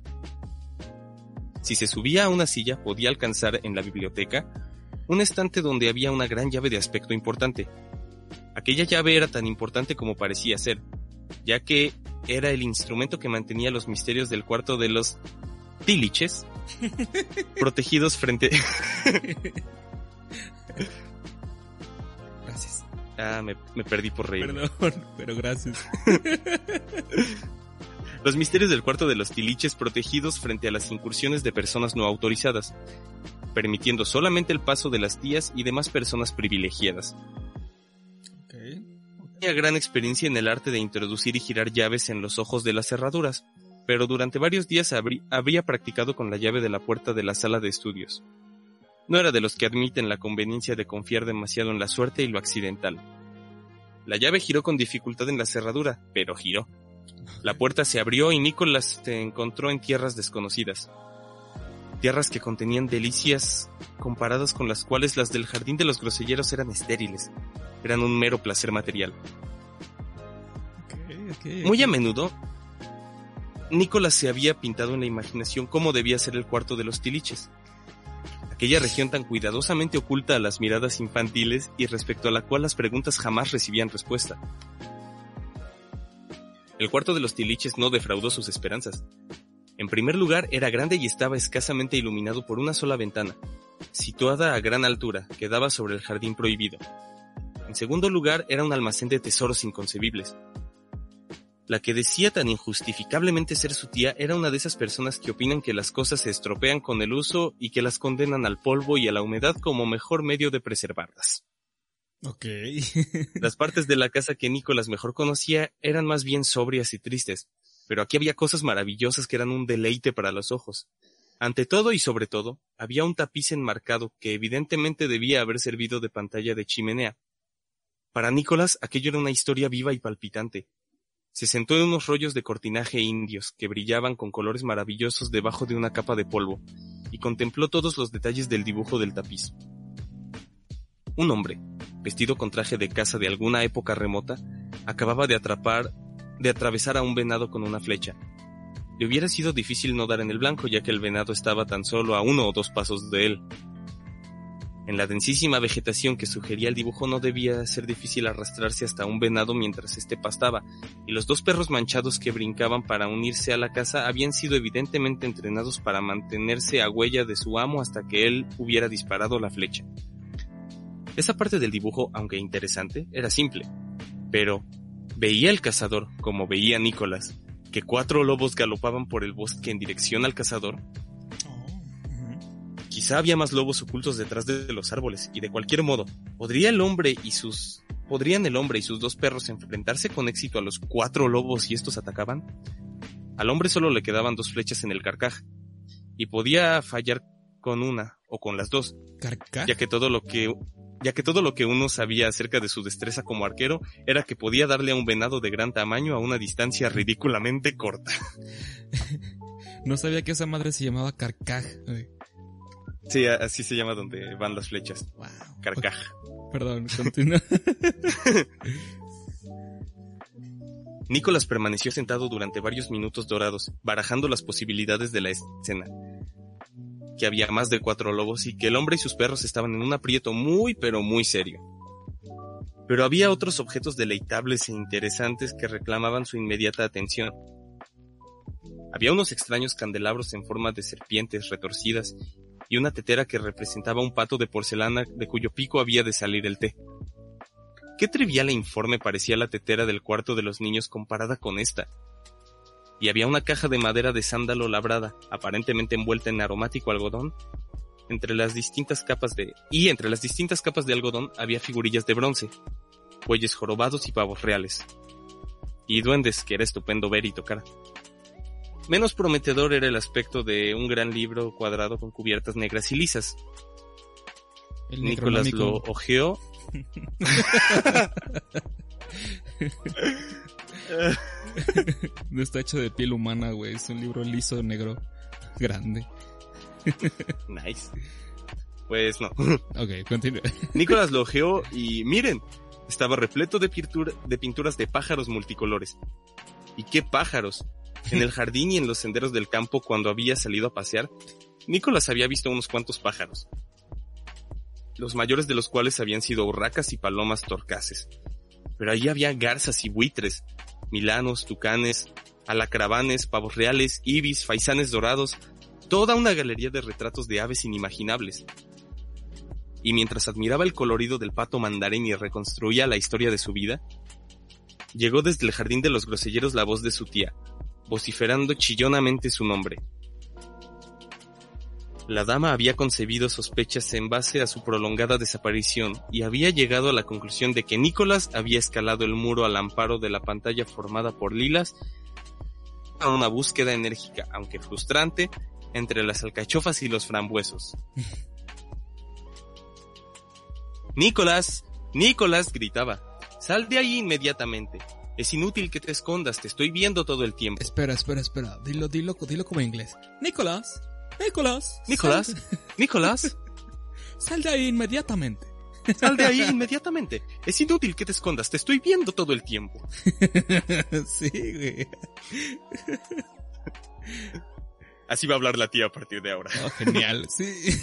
Si se subía a una silla, podía alcanzar en la biblioteca un estante donde había una gran llave de aspecto importante. Aquella llave era tan importante como parecía ser, ya que era el instrumento que mantenía los misterios del cuarto de los Tiliches protegidos frente... Gracias. Me perdí por reír. Perdón, pero gracias. Los misterios del cuarto de los Tiliches protegidos frente a las incursiones de personas no autorizadas, permitiendo solamente el paso de las tías y demás personas privilegiadas. Okay. Tenía gran experiencia en el arte de introducir y girar llaves en los ojos de las cerraduras, pero durante varios días habría practicado con la llave de la puerta de la sala de estudios. No era de los que admiten la conveniencia de confiar demasiado en la suerte y lo accidental. La llave giró con dificultad en la cerradura, pero giró. La puerta se abrió y Nicolás se encontró en tierras desconocidas. Tierras que contenían delicias comparadas con las cuales las del jardín de los groselleros eran estériles. Eran un mero placer material. Okay. Muy a menudo, Nicolás se había pintado en la imaginación cómo debía ser el cuarto de los Tiliches. aquella región tan cuidadosamente oculta a las miradas infantiles y respecto a la cual las preguntas jamás recibían respuesta. El cuarto de los tiliches no defraudó sus esperanzas. En primer lugar, era grande y estaba escasamente iluminado por una sola ventana, situada a gran altura, que daba sobre el jardín prohibido. En segundo lugar, era un almacén de tesoros inconcebibles. La que decía tan injustificablemente ser su tía era una de esas personas que opinan que las cosas se estropean con el uso y que las condenan al polvo y a la humedad como mejor medio de preservarlas. Ok. Las partes de la casa que Nicolás mejor conocía eran más bien sobrias y tristes, pero aquí había cosas maravillosas que eran un deleite para los ojos. Ante todo y sobre todo, había un tapiz enmarcado que evidentemente debía haber servido de pantalla de chimenea. Para Nicolás aquello era una historia viva y palpitante. Se sentó en unos rollos de cortinaje indios que brillaban con colores maravillosos debajo de una capa de polvo y contempló todos los detalles del dibujo del tapiz. Un hombre, vestido con traje de caza de alguna época remota, acababa de atravesar a un venado con una flecha. Le hubiera sido difícil no dar en el blanco, ya que el venado estaba tan solo a 1 o 2 pasos de él. En la densísima vegetación que sugería el dibujo no debía ser difícil arrastrarse hasta un venado mientras éste pastaba, y los 2 perros manchados que brincaban para unirse a la caza habían sido evidentemente entrenados para mantenerse a huella de su amo hasta que él hubiera disparado la flecha. Esa parte del dibujo, aunque interesante, era simple, pero veía el cazador, como veía Nicolás, que 4 lobos galopaban por el bosque en dirección al cazador. Quizá había más lobos ocultos detrás de los árboles, y de cualquier modo, ¿podrían el hombre y sus 2 perros enfrentarse con éxito a los 4 lobos y estos atacaban? Al hombre solo le quedaban 2 flechas en el carcaj, y podía fallar con una o con las 2, ¿Carcaj? ya que todo lo que uno sabía acerca de su destreza como arquero era que podía darle a un venado de gran tamaño a una distancia ridículamente corta. No sabía que esa madre se llamaba carcaj. Sí, así se llama donde van las flechas. Wow. Carcaj. Perdón, continúa. Nicolás permaneció sentado durante varios minutos dorados, barajando las posibilidades de la escena. Que había más de 4 lobos y que el hombre y sus perros estaban en un aprieto muy pero muy serio. Pero había otros objetos deleitables e interesantes que reclamaban su inmediata atención. Había unos extraños candelabros en forma de serpientes retorcidas y una tetera que representaba un pato de porcelana de cuyo pico había de salir el té. Qué trivial e informe parecía la tetera del cuarto de los niños comparada con esta. Y había una caja de madera de sándalo labrada, aparentemente envuelta en aromático algodón. Entre las distintas capas de algodón había figurillas de bronce, bueyes jorobados y pavos reales. Y duendes que era estupendo ver y tocar. Menos prometedor era el aspecto de un gran libro cuadrado con cubiertas negras y lisas. Nicolás lo hojeó. No está hecho de piel humana, güey. Es un libro liso, negro, grande. Nice. Pues no. Ok, continúa. Nicolás lo hojeó y miren, estaba repleto de pinturas de pájaros multicolores. ¿Y qué pájaros? En el jardín y en los senderos del campo, cuando había salido a pasear, Nicolás había visto unos cuantos pájaros, los mayores de los cuales habían sido urracas y palomas torcaces. Pero allí había garzas y buitres, milanos, tucanes, alacrabanes, pavos reales, ibis, faisanes dorados, toda una galería de retratos de aves inimaginables. Y mientras admiraba el colorido del pato mandarín y reconstruía la historia de su vida, llegó desde el jardín de los groselleros la voz de su tía, vociferando chillonamente su nombre. La dama había concebido sospechas en base a su prolongada desaparición y había llegado a la conclusión de que Nicolás había escalado el muro al amparo de la pantalla formada por lilas a una búsqueda enérgica, aunque frustrante, entre las alcachofas y los frambuesos. ¡Nicolás! ¡Nicolás!, gritaba. ¡Sal de ahí inmediatamente! Es inútil que te escondas, te estoy viendo todo el tiempo. Espera. Dilo como en inglés. Nicolás. Sal de ahí inmediatamente. Sal de ahí inmediatamente. Es inútil que te escondas, te estoy viendo todo el tiempo. Sí, güey. Así va a hablar la tía a partir de ahora. Oh, genial, sí.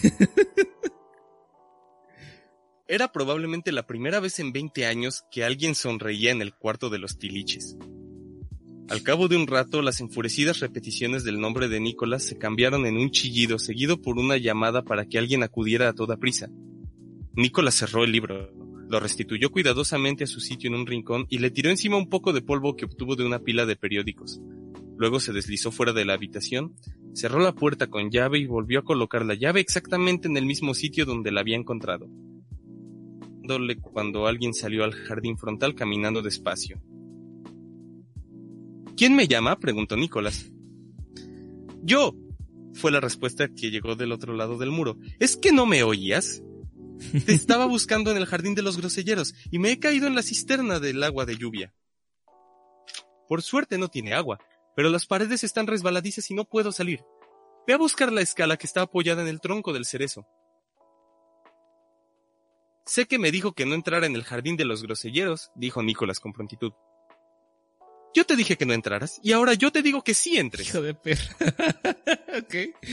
Era probablemente la primera vez en 20 años que alguien sonreía en el cuarto de los tiliches. Al cabo de un rato, las enfurecidas repeticiones del nombre de Nicolás se cambiaron en un chillido seguido por una llamada para que alguien acudiera a toda prisa. Nicolás cerró el libro, lo restituyó cuidadosamente a su sitio en un rincón y le tiró encima un poco de polvo que obtuvo de una pila de periódicos. Luego se deslizó fuera de la habitación, cerró la puerta con llave y volvió a colocar la llave exactamente en el mismo sitio donde la había encontrado. Cuando alguien salió al jardín frontal caminando despacio. ¿Quién me llama?, preguntó Nicolás. ¡Yo!, fue la respuesta que llegó del otro lado del muro. ¿Es que no me oías? Te estaba buscando en el jardín de los groselleros y me he caído en la cisterna del agua de lluvia. Por suerte no tiene agua, pero las paredes están resbaladizas y no puedo salir. Ve a buscar la escala que está apoyada en el tronco del cerezo. Sé que me dijo que no entrara en el jardín de los groselleros, dijo Nicolás con prontitud. Yo te dije que no entraras, y ahora yo te digo que sí entres. Hijo de perra. Ok.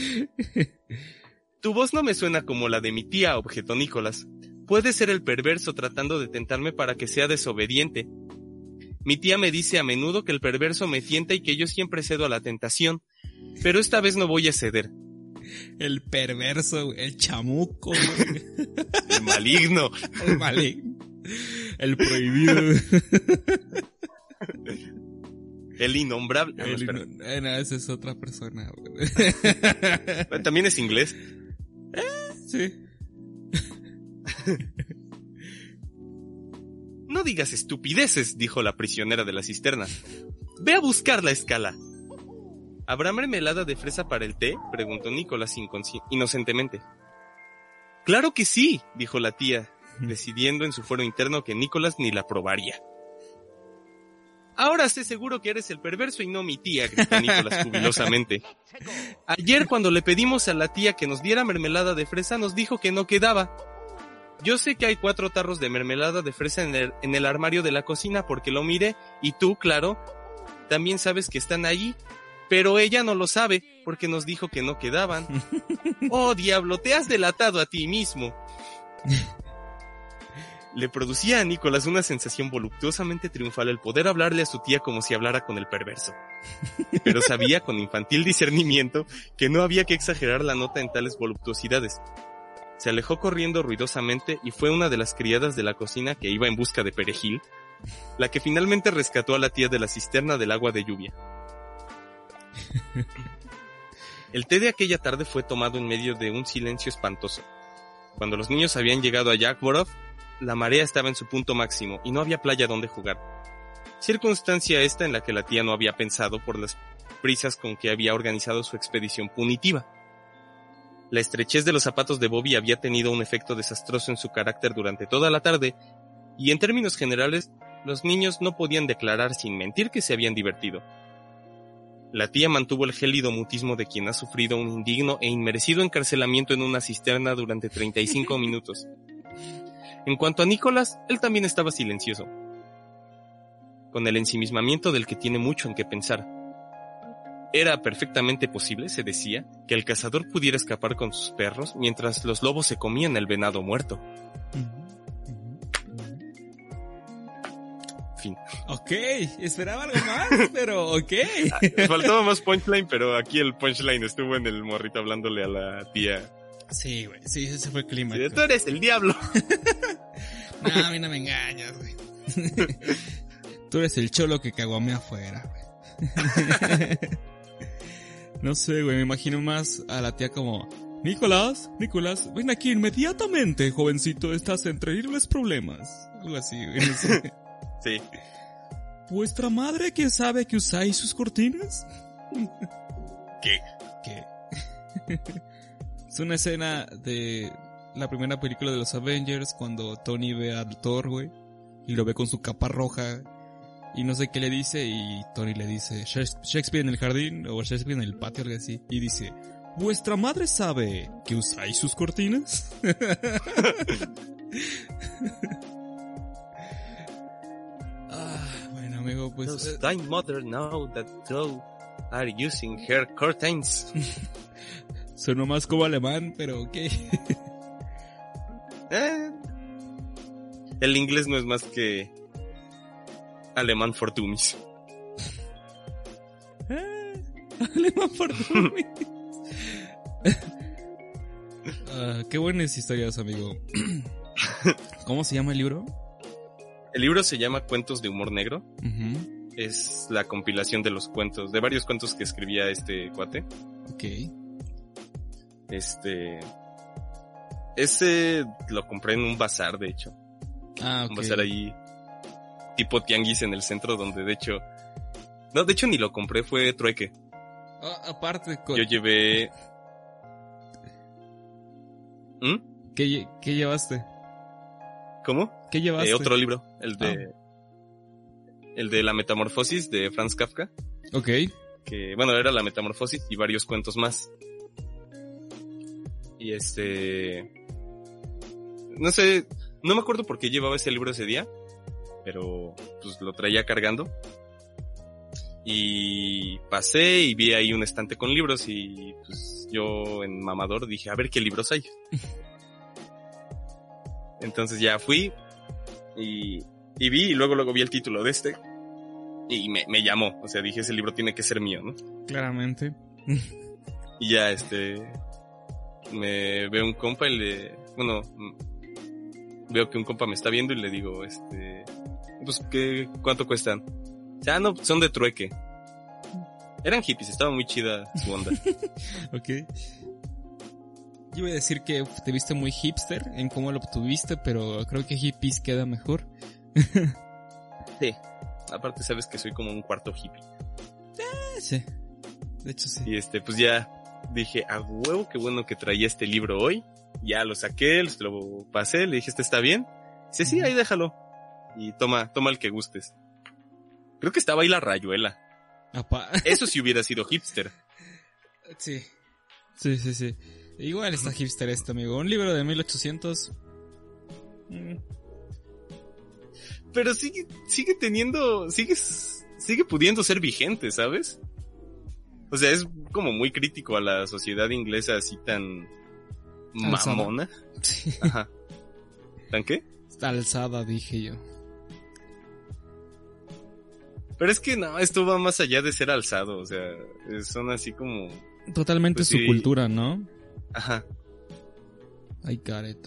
Tu voz no me suena como la de mi tía, objetó Nicolás. Puede ser el perverso tratando de tentarme para que sea desobediente. Mi tía me dice a menudo que el perverso me tienta y que yo siempre cedo a la tentación, pero esta vez no voy a ceder. El perverso, el chamuco, güey. El maligno. El maligno. El prohibido. El innombrable. No, esa es otra persona, güey. ¿También es inglés? Sí. No digas estupideces, dijo la prisionera de la cisterna. Ve a buscar la escala. ¿Habrá mermelada de fresa para el té?, preguntó Nicolás inocentemente. Claro que sí, dijo la tía, decidiendo en su fuero interno que Nicolás ni la probaría. Ahora sé seguro que eres el perverso y no mi tía, gritó Nicolás jubilosamente. Ayer cuando le pedimos a la tía que nos diera mermelada de fresa nos dijo que no quedaba. Yo sé que hay 4 tarros de mermelada de fresa en el armario de la cocina porque lo miré y tú, claro, también sabes que están allí, pero ella no lo sabe porque nos dijo que no quedaban. ¡Oh, diablo, te has delatado a ti mismo! Le producía a Nicolás una sensación voluptuosamente triunfal el poder hablarle a su tía como si hablara con el perverso. Pero sabía con infantil discernimiento que no había que exagerar la nota en tales voluptuosidades. Se alejó corriendo ruidosamente y fue una de las criadas de la cocina que iba en busca de perejil, la que finalmente rescató a la tía de la cisterna del agua de lluvia. El té de aquella tarde fue tomado en medio de un silencio espantoso. Cuando los niños habían llegado a Jagborough, la marea estaba en su punto máximo y no había playa donde jugar. Circunstancia esta en la que la tía no había pensado por las prisas con que había organizado su expedición punitiva. La estrechez de los zapatos de Bobby había tenido un efecto desastroso en su carácter durante toda la tarde, y en términos generales, los niños no podían declarar sin mentir que se habían divertido. La tía mantuvo el gélido mutismo de quien ha sufrido un indigno e inmerecido encarcelamiento en una cisterna durante 35 minutos. En cuanto a Nicolás, él también estaba silencioso, con el ensimismamiento del que tiene mucho en qué pensar. Era perfectamente posible, se decía, que el cazador pudiera escapar con sus perros mientras los lobos se comían el venado muerto. Fin. Ok, esperaba algo más, pero ok. Faltaba más punchline, pero aquí el punchline estuvo en el morrito hablándole a la tía. Sí, güey, sí, ese fue el clima. Sí, tú eres el diablo. No, a mí no me engañas, güey. Tú eres el cholo que caguamea afuera, güey. No sé, güey, me imagino más a la tía como... Nicolás, ven aquí inmediatamente, jovencito, estás en terribles problemas. Algo así, güey, no sé. Sí. ¿Vuestra madre que sabe que usáis sus cortinas? ¿Qué? Es una escena de la primera película de los Avengers cuando Tony ve a Thor, güey, y lo ve con su capa roja y no sé qué le dice y Tony le dice Shakespeare en el jardín o Shakespeare en el patio, algo así, y dice, ¿vuestra madre sabe que usáis sus cortinas? Bueno, amigo, pues... Does thy mother know that thou are using her curtains. Sonó más como alemán, pero ok. El inglés no es más que alemán for dummies. Alemán for dummies. Qué buenas historias, amigo. ¿Cómo se llama el libro? El libro se llama Cuentos de Humor Negro. Uh-huh. Es la compilación de los cuentos, de varios cuentos que escribía este cuate. Ok. Ese lo compré en un bazar, de hecho. Ah, ok. Un bazar ahí, tipo tianguis en el centro, donde de hecho... No, de hecho ni lo compré, fue trueque. Aparte... Yo llevé... ¿Qué llevaste? ¿Cómo? ¿Qué llevaste? Otro libro, el de La Metamorfosis de Franz Kafka. Ok. Que, bueno, era La Metamorfosis y varios cuentos más. Y no sé, no me acuerdo por qué llevaba ese libro ese día, pero pues lo traía cargando. Y pasé y vi ahí un estante con libros y pues yo en mamador dije, a ver qué libros hay. Entonces ya fui y vi y luego vi el título de y me llamó, o sea, dije, ese libro tiene que ser mío, ¿no? Claramente. Y ya me veo un compa y veo que un compa me está viendo y le digo, pues, ¿cuánto cuestan? Ya no, son de trueque. Eran hippies, estaba muy chida su onda. Ok. Yo iba a decir que te viste muy hipster en cómo lo obtuviste, pero creo que hippies queda mejor. Sí. Aparte sabes que soy como un cuarto hippie. Sí. De hecho sí. Y pues ya dije, a huevo, qué bueno que traía este libro hoy. Ya lo saqué, lo pasé, le dije, está bien. Dice, sí, ahí déjalo. Y toma el que gustes. Creo que estaba ahí la rayuela. Eso sí hubiera sido hipster. Sí. Sí. Igual está hipster amigo. Un libro de 1800. Pero sigue teniendo, sigue pudiendo ser vigente, ¿sabes? O sea, es como muy crítico a la sociedad inglesa así tan alzada. Mamona. Sí. Ajá. ¿Tan qué? Está alzada, dije yo. Pero es que no, esto va más allá de ser alzado, o sea, son así como... Totalmente pues su sí. cultura, ¿no? Ajá. I got it.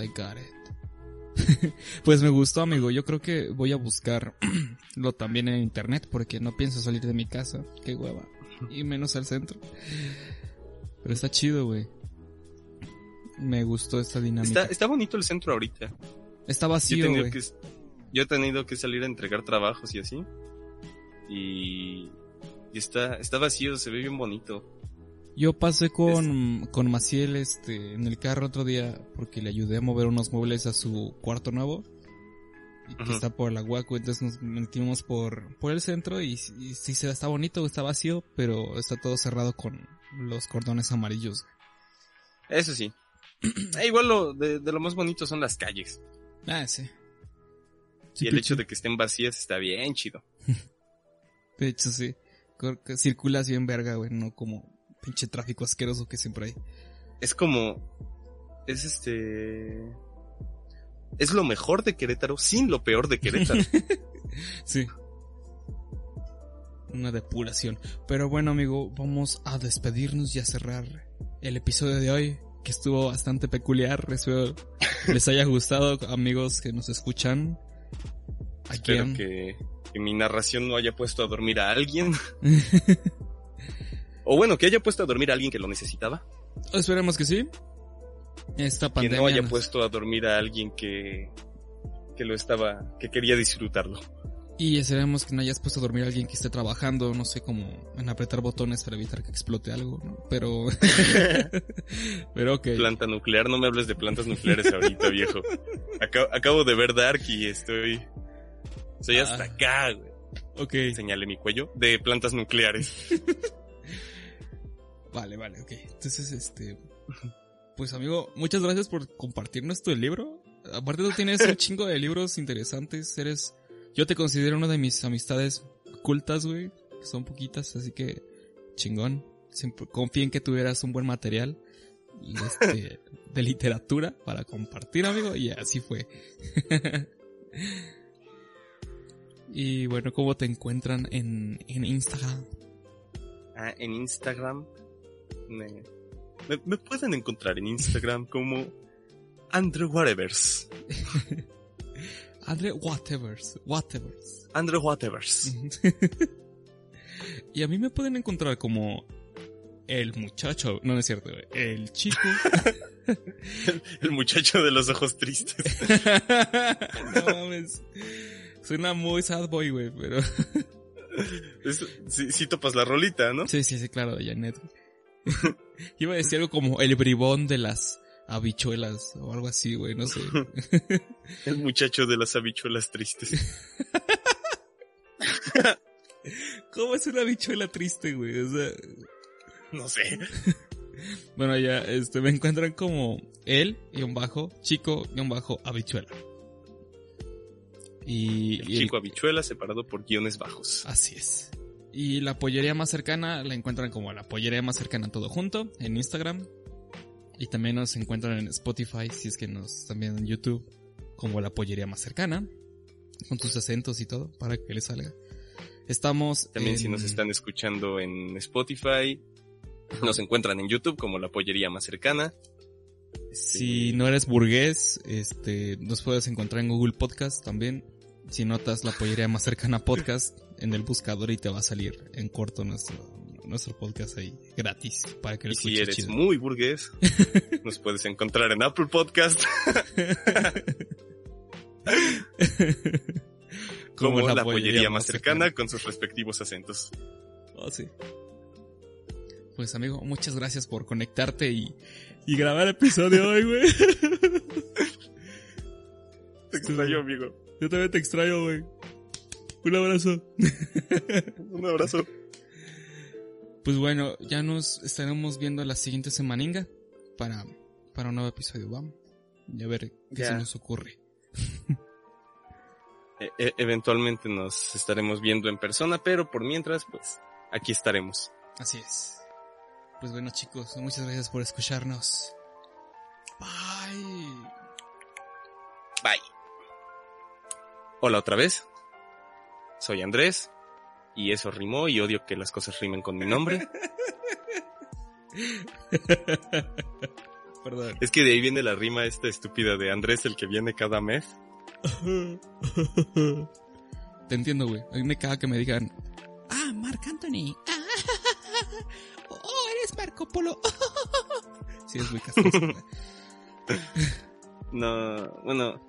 Pues me gustó, amigo. Yo creo que voy a buscarlo también en internet porque no pienso salir de mi casa. Qué hueva. Y menos al centro. Pero está chido, güey. Me gustó esta dinámica. Está bonito el centro ahorita. Está vacío, güey. Yo he tenido que salir a entregar trabajos y así. Y está vacío, se ve bien bonito. Yo pasé con Maciel en el carro otro día porque le ayudé a mover unos muebles a su cuarto nuevo. Y que está por la Huaco, entonces nos metimos por el centro y sí está bonito, está vacío, pero está todo cerrado con los cordones amarillos. Eso sí. Igual de lo más bonito son las calles. Ah, sí. Y el hecho de que estén vacías está bien chido. De hecho, sí. Circulas bien verga, güey, no como pinche tráfico asqueroso que siempre hay. Es como... Es lo mejor de Querétaro sin lo peor de Querétaro. Sí. Una depuración. Pero bueno, amigo, vamos a despedirnos y a cerrar el episodio de hoy, que estuvo bastante peculiar. Espero les haya gustado, amigos que nos escuchan. Espero que mi narración no haya puesto a dormir a alguien. O bueno, que haya puesto a dormir a alguien que lo necesitaba. Esperemos que sí. Esta pandemia que no haya puesto a dormir a alguien que quería disfrutarlo. Y esperemos que no hayas puesto a dormir a alguien que esté trabajando, no sé, como en apretar botones para evitar que explote algo, ¿no? Pero ok. Planta nuclear, no me hables de plantas nucleares ahorita, viejo. Acabo de ver Dark y soy hasta acá, güey. Ok. Señalé mi cuello de plantas nucleares. Vale, ok. Entonces, pues amigo, muchas gracias por compartirnos tu libro. Aparte tú tienes un chingo de libros interesantes, yo te considero una de mis amistades cultas, güey, que son poquitas, así que chingón. Siempre confié en que tuvieras un buen material de literatura para compartir, amigo, y así fue. Y bueno, ¿cómo te encuentran en Instagram? En Instagram me pueden encontrar en Instagram como Andrew Whatevers. Andrew Whatevers. Andrew Whatevers. Y a mí me pueden encontrar como el muchacho, no es cierto, el chico. el muchacho de los ojos tristes. No mames. Suena muy sad boy, güey, pero... Sí topas la rolita, ¿no? Sí, claro, de Janet. Iba a decir algo como el bribón de las habichuelas o algo así, güey, no sé. El muchacho de las habichuelas tristes. ¿Cómo es una habichuela triste, güey? O sea... No sé. Bueno, ya, me encuentran como chico-habichuela. Y chico habichuela separado por guiones bajos. Así es. Y la pollería más cercana la encuentran como la pollería más cercana todo junto en Instagram. Y también nos encuentran en Spotify, si es que también en YouTube, como la pollería más cercana, con tus acentos y todo, para que les salga. Estamos también si nos están escuchando en Spotify, nos encuentran en YouTube como la pollería más cercana. Si no eres burgués, nos puedes encontrar en Google Podcast también. Si notas la pollería más cercana podcast en el buscador y te va a salir en corto nuestro podcast ahí, gratis, para que lo escuches. Si eres chido. muy burgués, nos puedes encontrar en Apple Podcast. como la pollería más cercana con sus respectivos acentos. Oh, sí. Pues amigo, muchas gracias por conectarte y grabar el episodio hoy, güey. Te extraño, amigo. Yo también te extraño, güey. Un abrazo. Un abrazo. Pues bueno, ya nos estaremos viendo la siguiente semaninga para un nuevo episodio, vamos. Y a ver qué se nos ocurre. Eventualmente nos estaremos viendo en persona, pero por mientras, pues, aquí estaremos. Así es. Pues bueno, chicos, muchas gracias por escucharnos. Bye. Bye. Hola otra vez. Soy Andrés. Y eso rimó y odio que las cosas rimen con mi nombre. Perdón. Es que de ahí viene la rima esta estúpida de Andrés el que viene cada mes. Te entiendo, güey. A mí me caga que me digan, Marc Anthony. Eres Marco Polo. Sí, es muy castroso. No, bueno.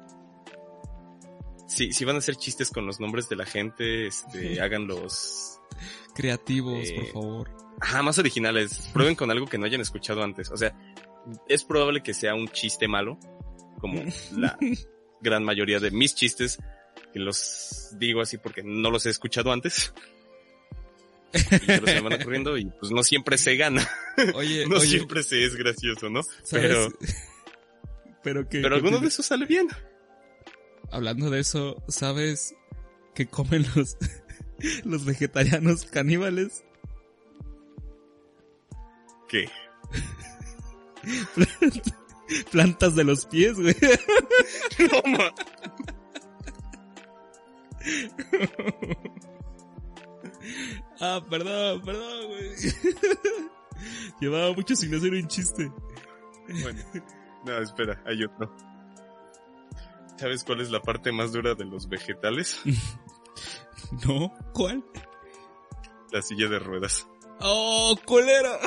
Si van a hacer chistes con los nombres de la gente, háganlos creativos, por favor. Ajá, más originales. Prueben con algo que no hayan escuchado antes. O sea, es probable que sea un chiste malo, como la gran mayoría de mis chistes, que los digo así porque no los he escuchado antes. Y se me van ocurriendo y pues no siempre se gana. Oye, siempre se es gracioso, ¿no? ¿Sabes? Pero alguno de esos sale bien. Hablando de eso, ¿sabes qué comen los vegetarianos caníbales? ¿Qué? Plantas de los pies, güey. No, ma. Perdón, güey. Llevaba mucho sin hacer un chiste. Bueno, no, espera, hay otro. ¿Sabes cuál es la parte más dura de los vegetales? No, ¿cuál? La silla de ruedas. ¡Oh, colera!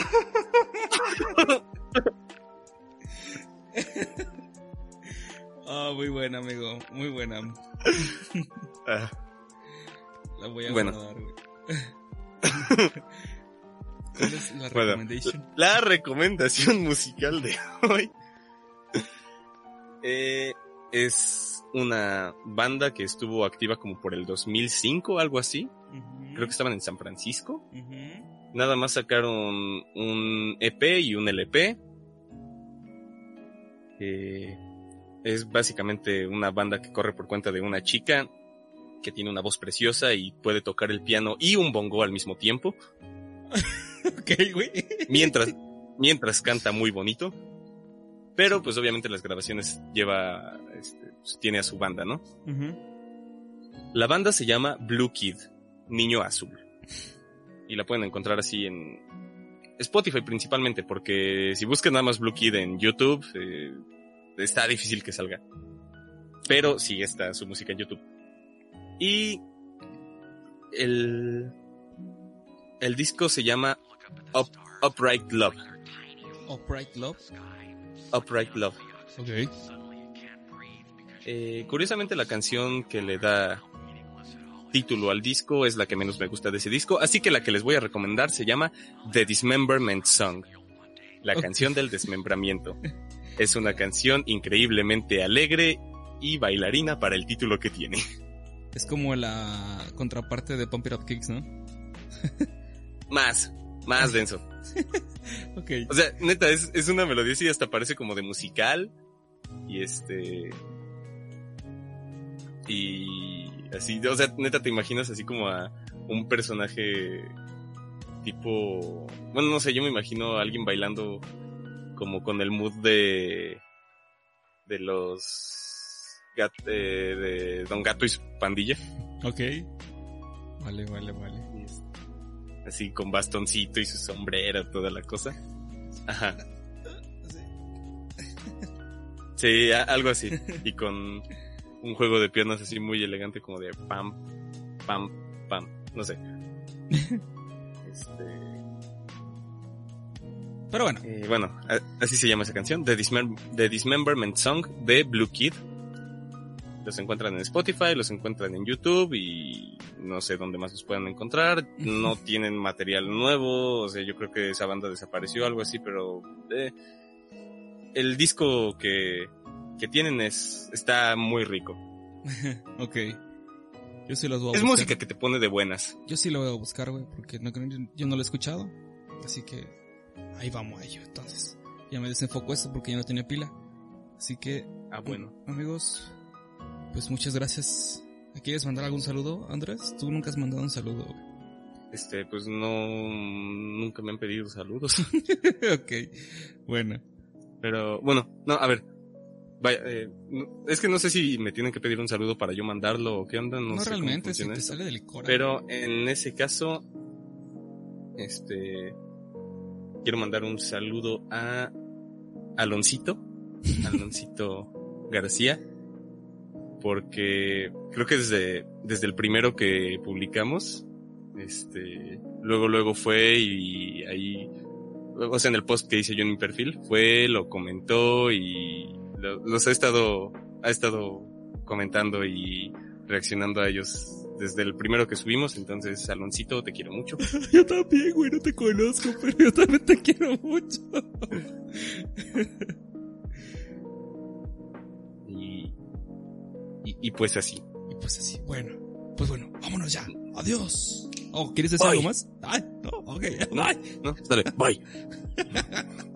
Muy buena, amigo, muy buena. La voy a guardar, güey. ¿Cuál es la recommendation? La recomendación musical de hoy es una banda que estuvo activa como por el 2005, algo así. Uh-huh. Creo que estaban en San Francisco. Uh-huh. Nada más sacaron un EP y un LP. Es básicamente una banda que corre por cuenta de una chica que tiene una voz preciosa y puede tocar el piano y un bongo al mismo tiempo. Ok, güey. Mientras canta muy bonito. Pero pues obviamente las grabaciones pues, tiene a su banda, ¿no? Uh-huh. La banda se llama Blue Kid, Niño Azul. Y la pueden encontrar así en Spotify principalmente, porque si buscan nada más Blue Kid en YouTube, está difícil que salga. Pero sí está su música en YouTube. Y el disco se llama Upright Love. Upright Love. Upright Love. Okay. Curiosamente la canción que le da título al disco es la que menos me gusta de ese disco, así que la que les voy a recomendar se llama The Dismemberment Song, la canción del desmembramiento. Es una canción increíblemente alegre y bailarina para el título que tiene. Es como la contraparte de Pump It Up Kicks, ¿no? Más denso. Okay. O sea, neta, es una melodía y hasta parece como de musical. Y y así, o sea, neta, te imaginas así como a un personaje tipo... Bueno, no sé, yo me imagino a alguien bailando como con el mood de los... de Don Gato y su pandilla. Ok. Vale. Así con bastoncito y su sombrero, toda la cosa. Ajá. Sí, algo así. Y con un juego de piernas así muy elegante como de pam, pam, pam. No sé. Pero bueno. Bueno, así se llama esa canción. The Dismemberment Song de Blue Kid. Los encuentran en Spotify, los encuentran en YouTube y no sé dónde más los puedan encontrar. No tienen material nuevo, o sea, yo creo que esa banda desapareció, algo así, pero el disco que tienen está muy rico. Ok. Yo sí los voy a buscar. Es música que te pone de buenas. Yo sí lo voy a buscar, güey, porque yo no lo he escuchado. Así que ahí vamos a ello, entonces. Ya me desenfocó esto porque ya no tenía pila. Así que... bueno. Amigos... Pues muchas gracias. ¿Quieres mandar algún saludo, Andrés? Tú nunca has mandado un saludo. Pues nunca me han pedido saludos. Ok, bueno. Pero, bueno, no, a ver. Vaya, es que no sé si me tienen que pedir un saludo para yo mandarlo o qué onda, no sé realmente, cómo funciona si te sale del corazón. Pero en ese caso, quiero mandar un saludo a Aloncito García. Porque creo que desde el primero que publicamos, luego fue y ahí, o sea, en el post que hice yo en mi perfil, lo comentó y los ha estado comentando y reaccionando a ellos desde el primero que subimos. Entonces, Aloncito, te quiero mucho. Yo también, güey, no te conozco, pero yo también te quiero mucho. Y pues así. Bueno, vámonos ya. Adiós. ¿Quieres decir algo más? Ay, no, ok. Bye. No, dale, bye.